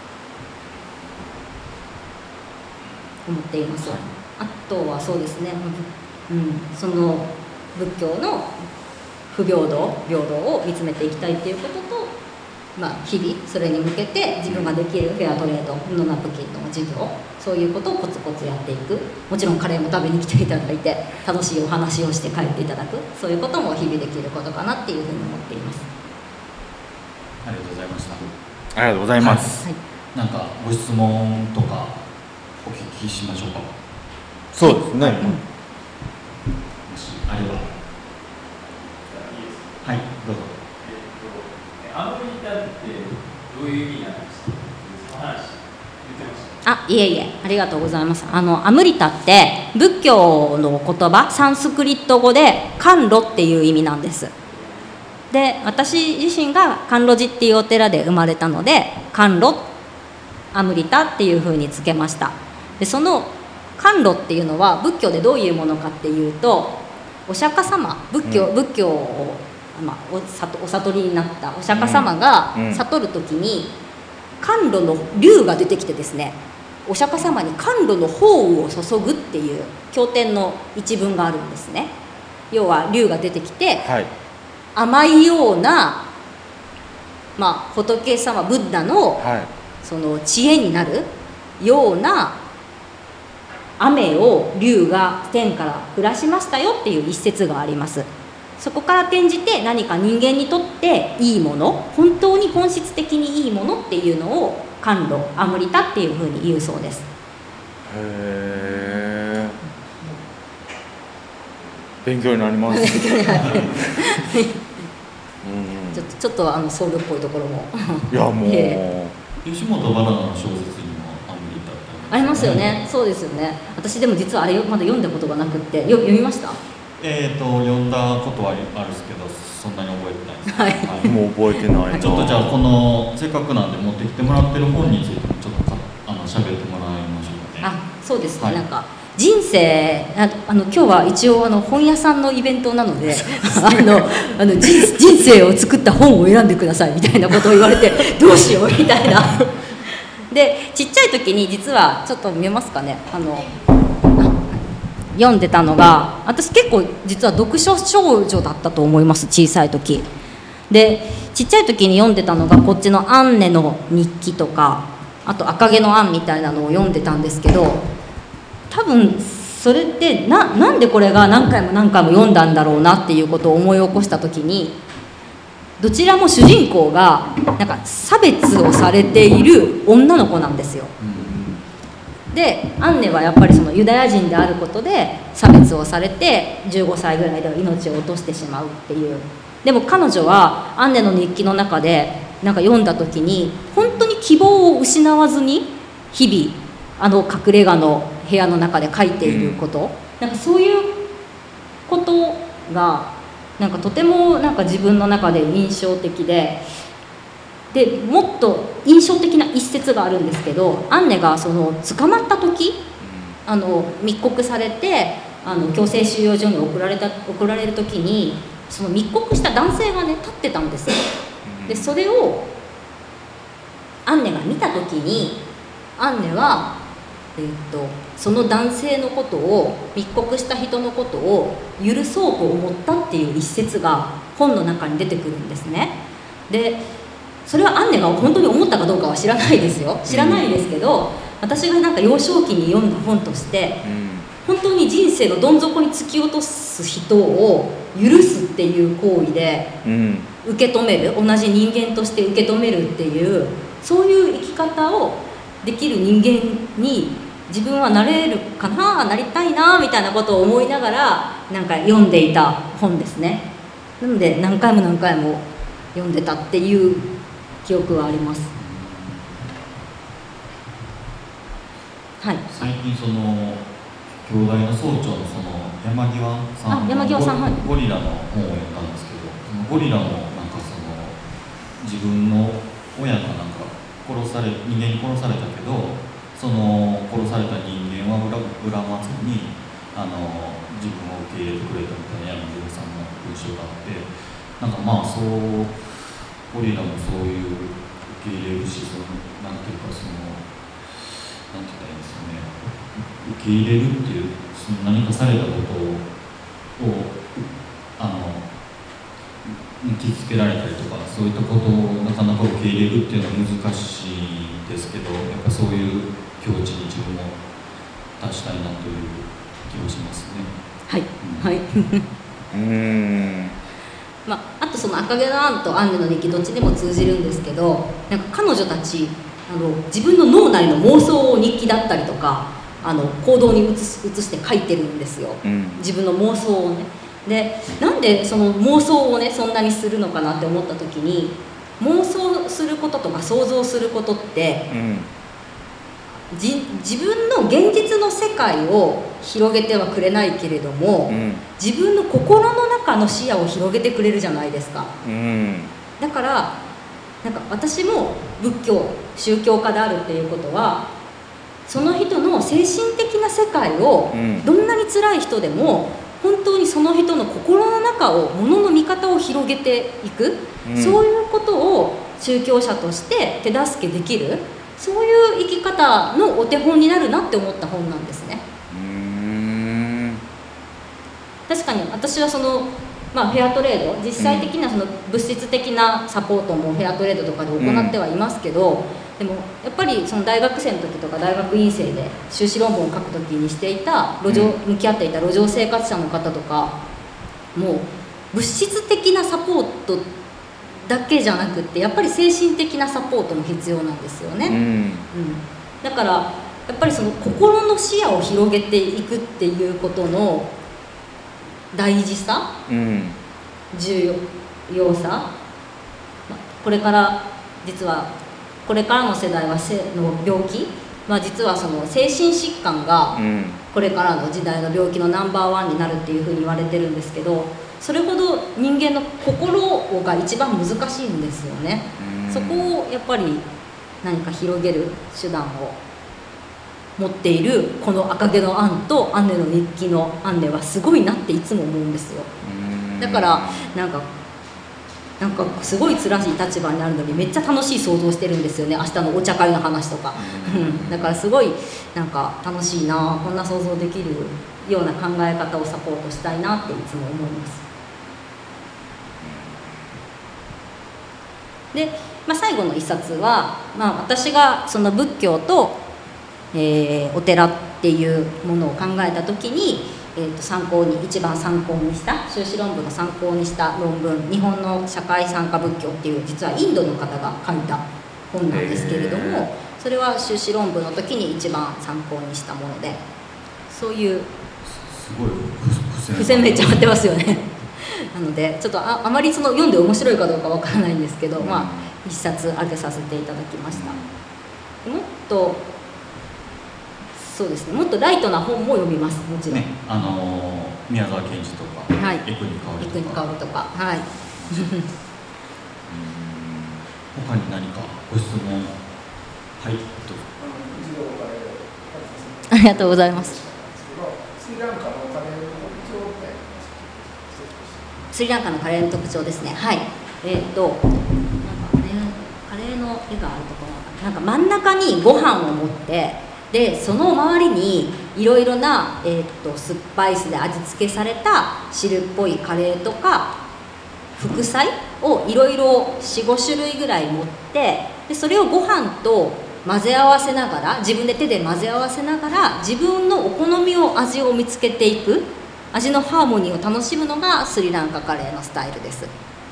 思っています。あとはそうですね、その仏教の不平等、平等を見つめていきたいっていうことと、日々それに向けて自分ができるフェアトレードのナプキンの授業、そういうことをコツコツやっていく。もちろんカレーも食べに来ていただいて楽しいお話をして帰っていただく、そういうことも日々できることかなっていうふうに思っています。 ありがとうございました。 ありがとうございます。 なんかご質問とかお聞きしましょうか。 そうですね。もしあれば。はい、どうぞ。 アムリタってどういう意味なんですか？話言ってました。 いえ、ありがとうございます。アムリタって仏教の言葉、サンスクリット語で甘露っていう意味なんです。で、私自身が甘露寺っていうお寺で生まれたので、甘露アムリタっていうふうにつけました。で、その甘露っていうのは仏教でどういうものかっていうと、お釈迦様、仏教をお悟りになったお釈迦様が悟る時に甘露の龍が出てきてですね、お釈迦様に甘露の法雨を注ぐっていう経典の一文があるんですね。要は龍が出てきて、甘いような、仏様ブッダのその知恵になるような雨を龍が天から降らしましたよっていう一節があります。そこから転じて何か人間にとっていいもの、本当に本質的にいいものっていうのを甘露アムリタっていうふうに言うそうです。 へー、勉強になります。 ちょっとソウルっぽいところもいやもう吉本バナナの小説にもアムリタってありますよね。そうですよね。私でも実はあれまだ読んだことがなくって読みました。 読んだことはあるんですけど、そんなに覚えてないです。 もう覚えてないな。 ちょっとじゃあこのせっかくなんで持ってきてもらってる本についてもちょっと喋ってもらいましょうかね。 そうですね。なんか人生今日は一応本屋さんのイベントなので人生を作った本を選んでくださいみたいなことを言われてどうしようみたいなで、ちっちゃい時に実はちょっと見えますかね、読んでたのが、私結構実は読書少女だったと思います。小さい時で、ちっちゃい時に読んでたのがこっちのアンネの日記とか、あと赤毛のアンみたいなのを読んでたんですけど、多分それってなんでこれが何回も読んだんだろうなっていうことを思い起こした時に、どちらも主人公がなんか差別をされている女の子なんですよ。で、アンネはやっぱりそのユダヤ人であることで差別をされて15歳ぐらいで命を落としてしまうっていう。でも彼女はアンネの日記の中でなんか読んだ時に本当に希望を失わずに日々隠れ家の部屋の中で書いていること、なんかそういうことがなんかとてもなんか自分の中で印象的で、もっと印象的な一節があるんですけど、アンネがその捕まった時、密告されて強制収容所に送られる時に、その密告した男性がね立ってたんですよ。でそれをアンネが見た時に、アンネはその男性のことを、密告した人のことを許そうと思ったっていう一節が本の中に出てくるんですね。でそれはアンネが本当に思ったかどうかは知らないですよ。知らないですけど、私がなんか幼少期に読んだ本として、本当に人生のどん底に突き落とす人を許すっていう行為で受け止める、同じ人間として受け止めるっていう、そういう生き方をできる人間に自分はなれるかな、なりたいなみたいなことを思いながらなんか読んでいた本ですね。なので何回も読んでたっていう記憶はあります。はい。 最近その兄弟の総長のその山際さんのゴリラの本を読んだんですけど、そのゴリラもなんかその自分の親がなんか人間に殺されたけど、その殺された人間は恨まずに自分を受け入れてくれたみたいな山際さんの文章があって、なんかまあそうゴリラもそういう受け入れるし、なんていうかなんて言ったらいいんですかね、受け入れるっていう何かされたことを傷つけられたりとか、そういったことをなかなか受け入れるっていうのは難しいですけど、やっぱそういう境地に自分も達したいなという気がしますね。 はい、はいまあ、あとその赤毛のアンとアンネの日記どっちにも通じるんですけど、なんか彼女たち自分の脳内の妄想を日記だったりとか行動に移して書いてるんですよ、自分の妄想をね。でなんでその妄想をねそんなにするのかなって思った時に、妄想することとか想像することって、自分の現実の世界を広げてはくれないけれども、自分の心の中の視野を広げてくれるじゃないですか、だからなんか私も仏教宗教家であるっていうことは、その人の精神的な世界をどんなに辛い人でも本当にその人の心の中を物の見方を広げていく、そういうことを宗教者として手助けできる、そういう生き方のお手本になるなって思った本なんですね。確かに私はフェアトレード、実際的なその物質的なサポートもフェアトレードとかで行ってはいますけど、でもやっぱりその大学生の時とか大学院生で修士論文を書く時にしていた向き合っていた路上生活者の方とかもう物質的なサポートだけじゃなくってやっぱり精神的なサポートも必要なんですよね、だからやっぱりその心の視野を広げていくっていうことの大事さ、重要さ、これから実はこれからの世代はの病気、実はその精神疾患がこれからの時代の病気のナンバーワンになるっていうふうに言われてるんですけど、それほど人間の心が一番難しいんですよね。そこをやっぱり何か広げる手段を持っているこの赤毛のアンとアンネの日記のアンネはすごいなっていつも思うんですよ。だからなんかすごい辛い立場になるのにめっちゃ楽しい想像してるんですよね、明日のお茶会の話とかだからすごいなんか楽しいな、こんな想像できるような考え方をサポートしたいなっていつも思います。で、最後の一冊は、私がその仏教と、お寺っていうものを考えた時に一番参考にした修士論文の参考にした論文、日本の社会参加仏教っていう実はインドの方が書いた本なんですけれども、それは修士論文の時に一番参考にしたもので、そういうすごい付箋めっちゃ貼ってますよねなのでちょっとあまり読んで面白いかどうかわからないんですけど、一冊挙げさせていただきました。もっとそうですね、もっとライトな本も読みます、もちろん、 宮沢賢治とか、 はい、 江国香織とか、 はい他に何かご質問、はい、 ありがとうございます。 スリランカのカレーの特徴ってスリランカのカレーの特徴ですね。はい。カレーの絵があるところなんか真ん中にご飯を持って、でその周りにいろいろな、スパイスで味付けされた汁っぽいカレーとか副菜をいろいろ 4,5 種類ぐらい持って、でそれをご飯と混ぜ合わせながら、自分で手で混ぜ合わせながら自分のお好み味を見つけていく、味のハーモニーを楽しむのがスリランカカレーのスタイルです。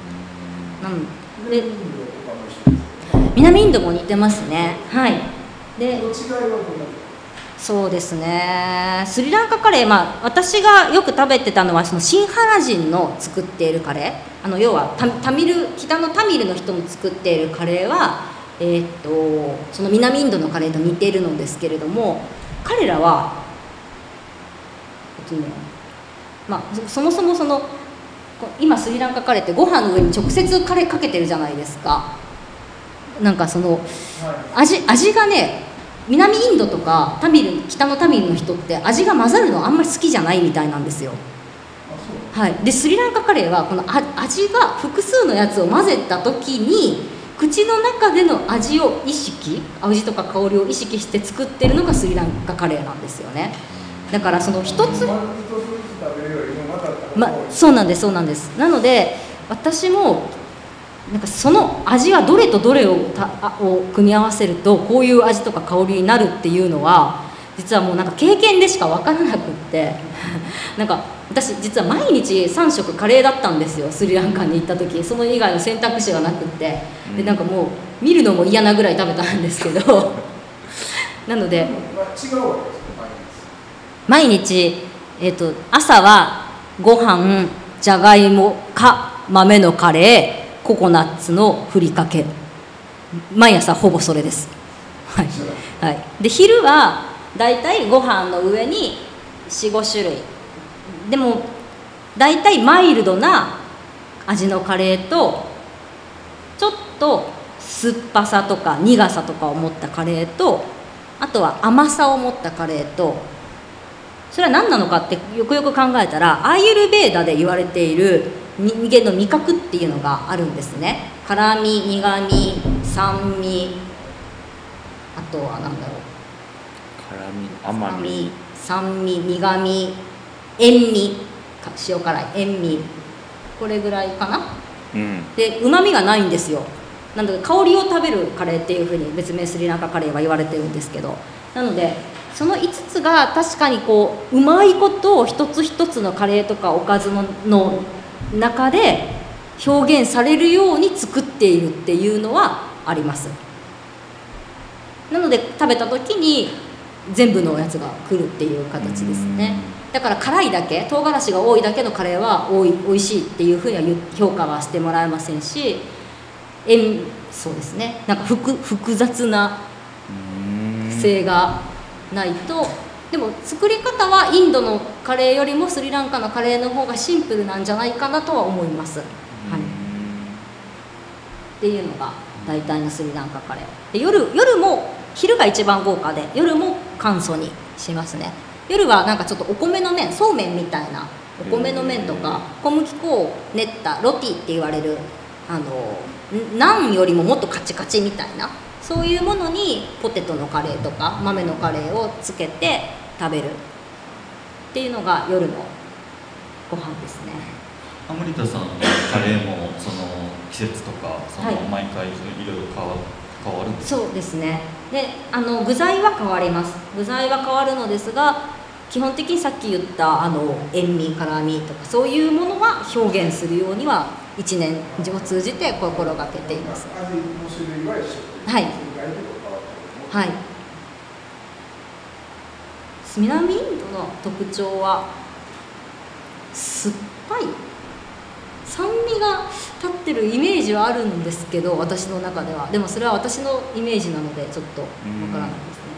で南インドも似てますね。はい。でそうですね、スリランカカレー、私がよく食べてたのはそのシンハラ人の作っているカレー、要は北のタミルの人の作っているカレーは、その南インドのカレーと似ているのですけれども、彼らは、 そもそも今スリランカカレーってご飯の上に直接カレーかけてるじゃないですか。なんか味がね、南インドとか北のタミルの人って味が混ざるのあんまり好きじゃないみたいなんですよ。はい、でスリランカカレーはこの味が複数のやつを混ぜた時に口の中での味とか香りを意識して作ってるのがスリランカカレーなんですよね。だからその一つ、そうなんですなので私もなんかその味はどれとどれを組み合わせるとこういう味とか香りになるっていうのは実はもうなんか経験でしか分からなくってなんか私実は毎日3食カレーだったんですよ、スリランカに行った時。その以外の選択肢がなくって、でなんかもう見るのも嫌なぐらい食べたんですけどなので毎日、朝はご飯、じゃがいもか豆のカレー、ココナッツのふりかけ、毎朝ほぼそれです。はいはい、で昼はだいたいご飯の上に 4,5 種類でもだいたいマイルドな味のカレーとちょっと酸っぱさとか苦さとかを持ったカレーと、あとは甘さを持ったカレーと、それは何なのかってよくよく考えたらアーユルベーダで言われている人間の味覚っていうのがあるんですね。辛み、苦み、酸味、あとは何だろう、 辛み、甘み、 酸味、苦み、塩味、塩辛い、塩味、これぐらいかな、で旨味がないんですよ。なので香りを食べるカレーっていうふうに別名スリランカカレーは言われてるんですけど、なのでその5つが確かにこううまいことを一つ一つのカレーとかおかずの中で表現されるように作っているっていうのはあります。なので食べた時に全部のやつが来るっていう形ですね。だから辛いだけ、唐辛子が多いだけのカレーは美味しいっていうふうには評価はしてもらえませんし、そうですね、なんか複雑な性がないと。でも作り方はインドのカレーよりもスリランカのカレーの方がシンプルなんじゃないかなとは思います。はい、っていうのが大体のスリランカカレーで、夜も昼が一番豪華で夜も簡素にしますね。夜はなんかちょっとお米の麺、そうめんみたいなお米の麺とか小麦粉を練ったロティって言われるナンよりももっとカチカチみたいな、そういうものにポテトのカレーとか豆のカレーをつけて食べるっていうのが夜のご飯ですね。 森田さんのカレーもその季節とか毎回いろいろ変わるんですか？ そうですね。で具材は変わります。具材は変わるのですが、基本的にさっき言った塩味、辛みとかそういうものは表現するようには1年を通じて心がけています。 味の種類は一緒。 はい。はい。南インドの特徴は酸っぱい、酸味が立ってるイメージはあるんですけど、私の中では。でもそれは私のイメージなのでちょっとわからないですね。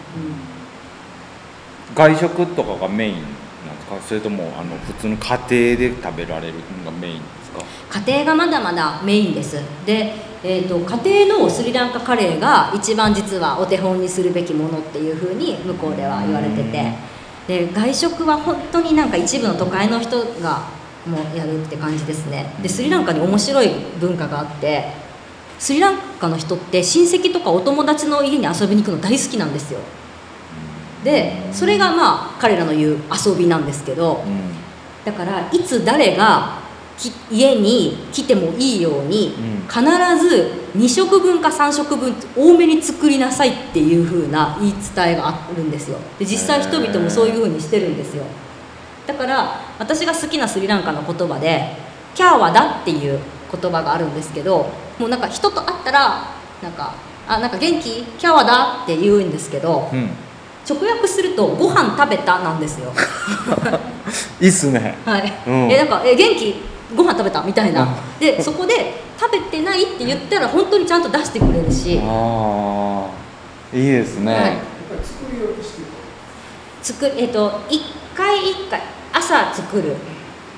外食とかがメインなんですか？それとも普通の家庭で食べられるのがメインですか？ 家庭がまだまだメインです。で、家庭のスリランカカレーが一番実はお手本にするべきものっていうふうに向こうでは言われてて、で外食は本当になんか一部の都会の人がもうやるって感じですね。でスリランカに面白い文化があって、スリランカの人って親戚とかお友達の家に遊びに行くの大好きなんですよ。でそれがまあ彼らの言う遊びなんですけど、だからいつ誰が家に来てもいいように必ず2食分か3食分多めに作りなさいっていう風な言い伝えがあるんですよ。で実際人々もそういう風にしてるんですよ。だから私が好きなスリランカの言葉でキャーワダっていう言葉があるんですけど、もうなんか人と会ったらなんか元気キャーワダって言うんですけど、直訳するとご飯食べたなんですよ。 いいっすね。 はい。なんか元気ご飯食べたみたいな。でそこで食べてないって言ったら本当にちゃんと出してくれるし。 ああ、いいですね。はい、 作り置きしてる。 一回一回朝作る。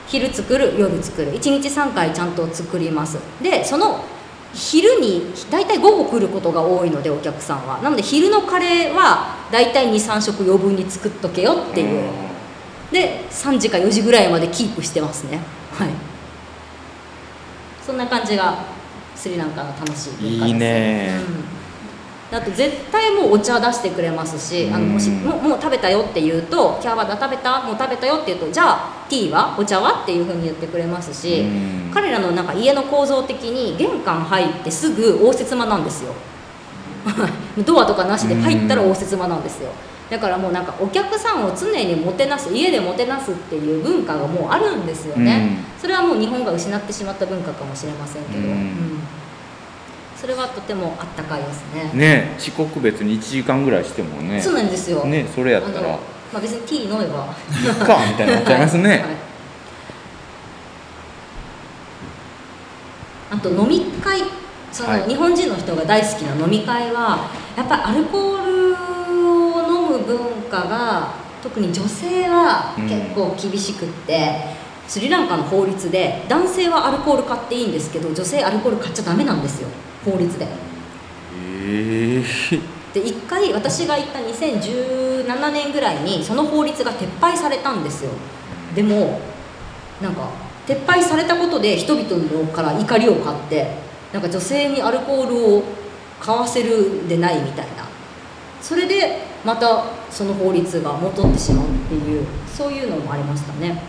昼作る夜作る1日3回ちゃんと作ります。でその昼に大体午後来ることが多いのでお客さんは、なので昼のカレーは大体 2,3 食余分に作っとけよっていうで3時か4時ぐらいまでキープしてますね。はい、そんな感じがスリランカの楽しい文化です。 いいね、 あと絶対もうお茶出してくれますし、もしもう食べたよって言うと「キャーバダ食べた？もう食べたよ」って言うと「じゃあティーは？お茶は？」っていうふうに言ってくれますし、彼らのなんか家の構造的に玄関入ってすぐ応接間なんですよドアとかなしで入ったら応接間なんですよ。だからもうなんかお客さんを常にもてなす、家でもてなすっていう文化がもうあるんですよね。それはもう日本が失ってしまった文化かもしれませんけど、それはとてもあったかいですね。 ね、遅刻別に1時間ぐらいしてもね。 そうなんですよ。 ね、それやったらまあ別にティー飲めばいいかみたいになっちゃいますね。はい、 あと飲み会、その日本人の人が大好きな飲み会はやっぱりアルコールを飲む文化が特に女性は結構厳しくって、スリランカの法律で男性はアルコール買っていいんですけど女性アルコール買っちゃダメなんですよ、法律で。で1回私が行った2017年ぐらいにその法律が撤廃されたんですよ。でもなんか撤廃されたことで人々のから怒りを買ってなんか女性にアルコールを買わせるんでないみたいな、それでまたその法律が戻ってしまうっていう、そういうのもありましたね。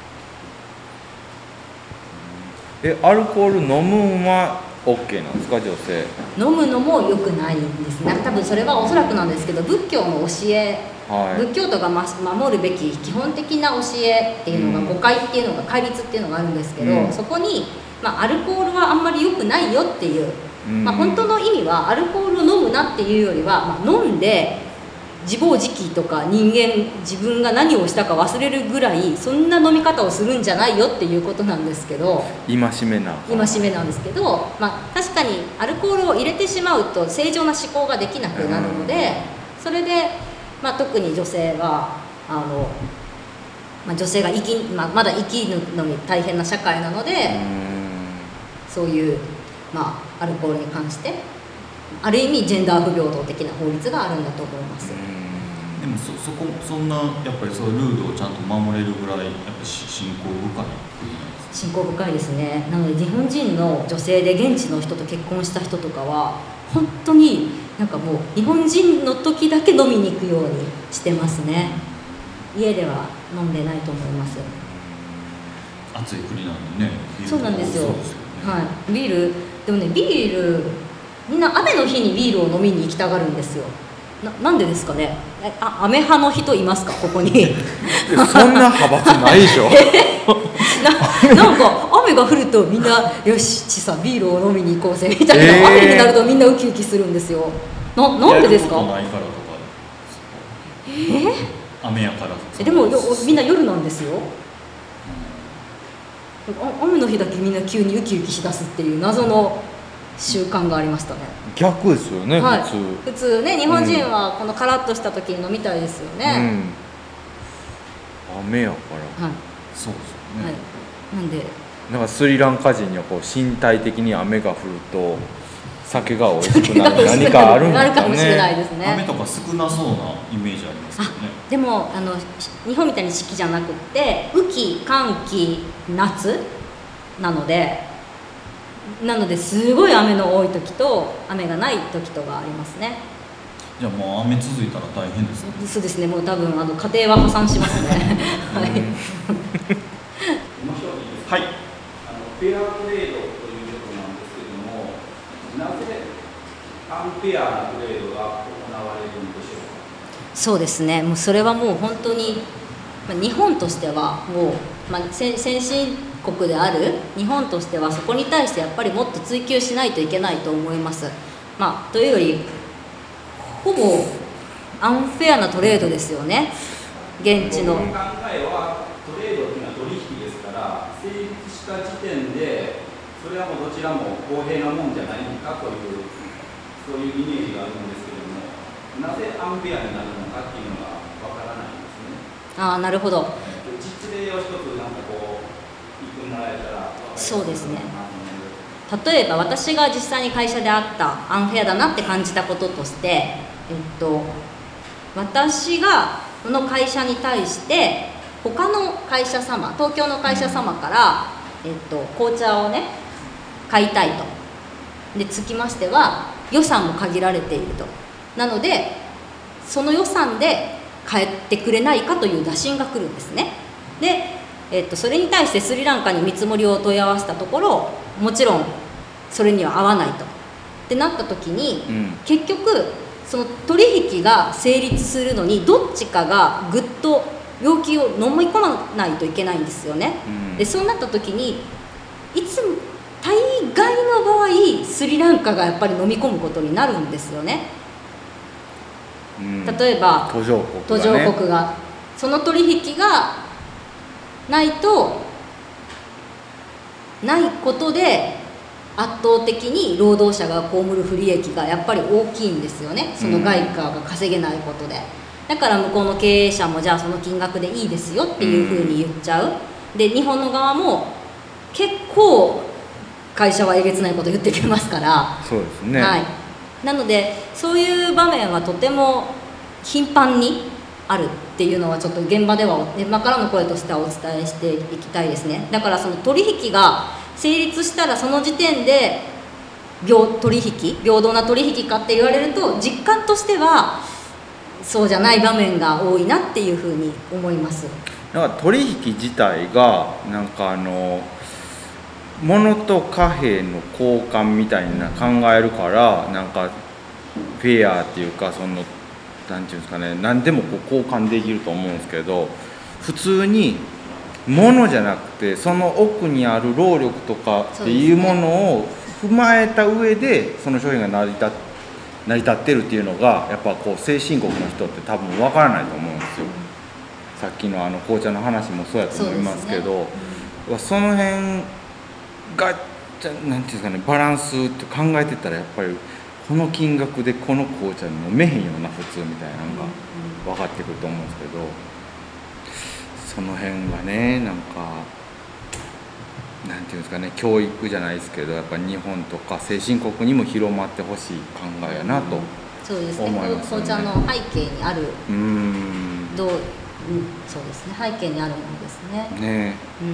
アルコール飲むんは OK なんですか、女性。 飲むのも良くないんですね。多分それはおそらくなんですけど仏教の教え、仏教徒が守るべき基本的な教えっていうのが誤解っていうのが戒律っていうのがあるんですけど、そこに、アルコールはあんまり良くないよっていう、本当の意味はアルコールを飲むなっていうよりは、飲んで自暴自棄とか自分が何をしたか忘れるぐらいそんな飲み方をするんじゃないよっていうことなんですけど、戒めなんですけど、確かにアルコールを入れてしまうと正常な思考ができなくなるので、それで、特に女性は女性がまだ生きるのに大変な社会なので、そういう、アルコールに関してある意味ジェンダー不平等的な法律があるんだと思います。 でもそんなやっぱりそういうルールをちゃんと守れるぐらいやっぱ信仰深い。 信仰深いですね。なので日本人の女性で現地の人と結婚した人とかは本当になんかもう日本人の時だけ飲みに行くようにしてますね。家では飲んでないと思います。 暑い国なんでね。 そうなんですよ。はい、ビールでもね、ビールみんな雨の日にビールを飲みに行きたがるんですよ。なんでですかね。雨派の人いますか、ここに。 そんな派閥ないでしょなんか雨が降るとみんなよしちさビールを飲みに行こうぜみたいな、雨になるとみんなウキウキするんですよ。なんでですか。 ないからとか。雨やから。 でもみんな夜なんですよ。雨の日だけみんな急にウキウキしだすっていう謎の習慣がありましたね。 逆ですよね、 普通ね、日本人はこのカラッとした時に飲みたいですよね。 雨やから、 そうですよね。 なんでなんかスリランカ人にはこう身体的に雨が降ると酒が美味しくなる何かあるんですかね。 かもしれないですね。 雨とか少なそうなイメージありますけどね。 でも日本みたいに四季じゃなくって雨季寒季夏なのですごい雨の多い時と雨がない時とがありますね。 じゃあもう雨続いたら大変ですね。 そうですね。もう多分家庭は破産しますね。はい。 はい。 フェアトレードということなんですけれども、なぜアンフェアなトレードが行われるんでしょうか。 そうですね。もうそれはもう本当に、日本としてはもう、先進国である日本としてはそこに対してやっぱりもっと追求しないといけないと思います。というよりほぼアンフェアなトレードですよね。現地の考えはトレードというのは取引ですから、成立した時点でそれはもうどちらも公平なもんじゃないかというそういうイメージがあるんですけれども、なぜアンフェアになるのかっていうのがわからないんですね。 なるほど。 実例を一つなんかこうもらえたら。 そうですね。例えば私が実際に会社であったアンフェアだなって感じたこととして、私がこの会社に対して他の会社様、東京の会社様から、紅茶をね買いたいと。でつきましては予算も限られていると。なのでその予算で買ってくれないかという打診が来るんですね。で、それに対してスリランカに見積もりを問い合わせたところ、もちろんそれには合わないとってなった時に、結局その取引が成立するのにどっちかがぐっと要求を飲み込まないといけないんですよね。でそうなった時にいつも大概の場合スリランカがやっぱり飲み込むことになるんですよね。例えば途上国がその取引がないことで圧倒的に労働者が被る不利益がやっぱり大きいんですよね。その外貨が稼げないことで。だから向こうの経営者もじゃあその金額でいいですよっていうふうに言っちゃう。で日本の側も結構会社はえげつないこと言ってきますから。 そうですね、 はい、なのでそういう場面はとても頻繁にあるっていうのはちょっと現場からの声としてはお伝えしていきたいですね。だからその取引が成立したらその時点で平等な取引かって言われると実感としてはそうじゃない場面が多いなっていうふうに思います。 なんか取引自体がなんか物と貨幣の交換みたいな考えるからなんかフェアっていうかなんていうんですかね、何でも交換できると思うんですけど、普通に物じゃなくてその奥にある労力とかっていうものを踏まえた上でその商品が成り立ってるっていうのがやっぱ先進国の人って多分わからないと思うんですよ。さっきの紅茶の話もそうやと思いますけど、その辺がなんていうんですかね、バランスって考えてたらやっぱりこの金額でこの紅茶飲めへんような普通みたいなのが分かってくると思うんですけど、その辺がねなんていうんですかね、教育じゃないですけどやっぱ日本とか先進国にも広まってほしい考えやなと思いますね。 そうですね、紅茶の背景にあるそうですね、背景にあるものですね。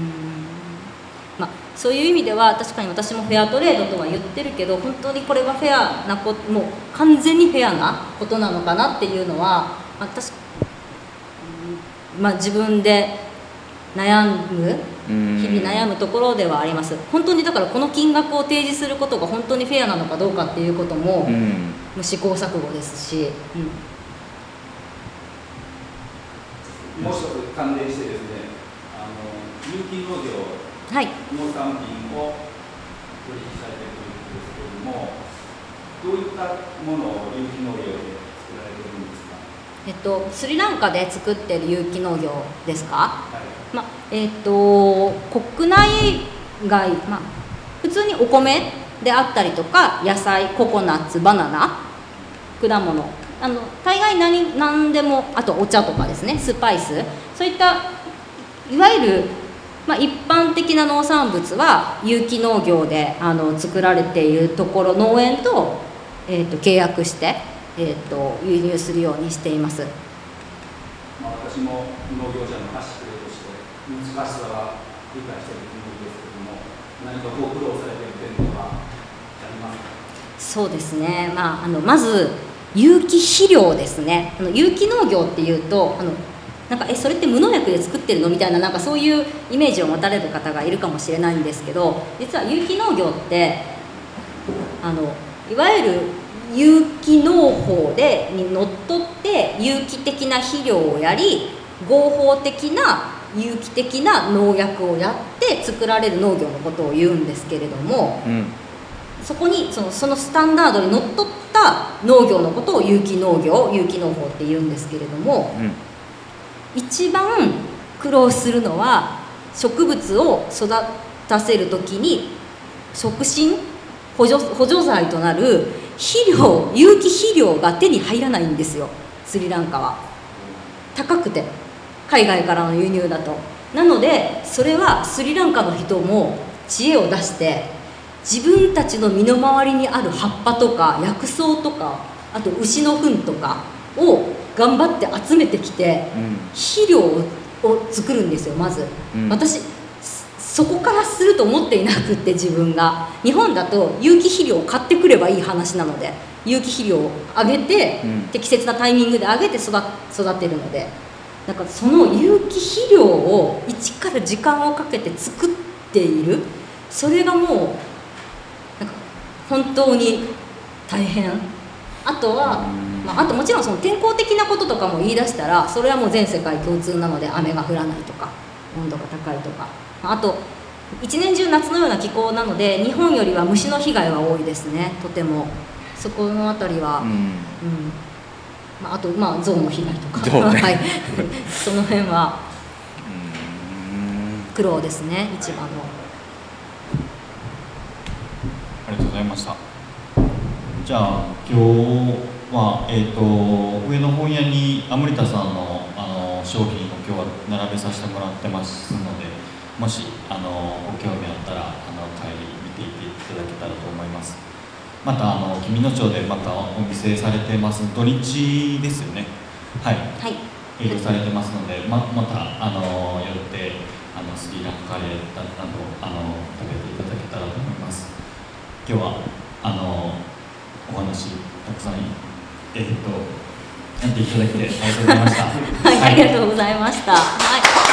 そういう意味では確かに私もフェアトレードとは言ってるけど、本当にこれがフェアなこと、もう完全にフェアなことなのかなっていうのは自分で日々悩むところではあります。本当にだからこの金額を提示することが本当にフェアなのかどうかっていうことも、試行錯誤ですし、 もう一つ関連してですね、有機農業、農産品を取引されているということですけれども、どういったものを有機農業で作られているんですか？ スリランカで作っている有機農業ですか？国内外、普通にお米であったりとか野菜、ココナッツ、バナナ、果物、大概何でも、あとお茶とかですね、スパイス、そういったいわゆる一般的な農産物は有機農業で作られているところ、農園と、契約して、輸入するようにしています。 私も農業者の端くれとして難しさは理解しているつもりですけれども、何かご苦労されている点とかありますか？ そうですね、まず有機肥料ですね。有機農業っていうとそれって無農薬で作ってるのみたいな、そういうイメージを持たれる方がいるかもしれないんですけど、実は有機農業っていわゆる有機農法にのっとって有機的な肥料をやり、合法的な有機的な農薬をやって作られる農業のことを言うんですけれども、そこにそのスタンダードにのっとった農業のことを有機農業、有機農法って言うんですけれども、一番苦労するのは植物を育たせるときに促進補助剤となる有機肥料が手に入らないんですよ、スリランカは。高くて、海外からの輸入だと。 なのでそれはスリランカの人も知恵を出して自分たちの身の回りにある葉っぱとか薬草とかあと牛の糞とかを頑張って集めてきて、肥料を作るんですよまず、私そこからすると思っていなくって自分が日本だと有機肥料を買ってくればいい話なので有機肥料をあげて、適切なタイミングであげて育てるのでなんかその有機肥料を一から時間をかけて作っているそれがもうなんか本当に大変あとは、あともちろんその天候的なこととかも言い出したらそれはもう全世界共通なので雨が降らないとか温度が高いとかあと一年中夏のような気候なので日本よりは虫の被害は多いですねとてもそこのあたりは、あと象の被害とか、はい、その辺は苦労ですね一番の。 ありがとうございました。じゃあ今日は、上野本屋にアムリタさんの、商品を今日は並べさせてもらってますのでもしご興味あったら帰り見ていっていただけたらと思います。また君野町でまたお店されてます土日ですよねはい、営業されてますのでまた寄ってスリランカカレーなど食べていただけたらと思います。今日はお話たくさんやっていただきありがとうございました。 はい、ありがとうございました。はい。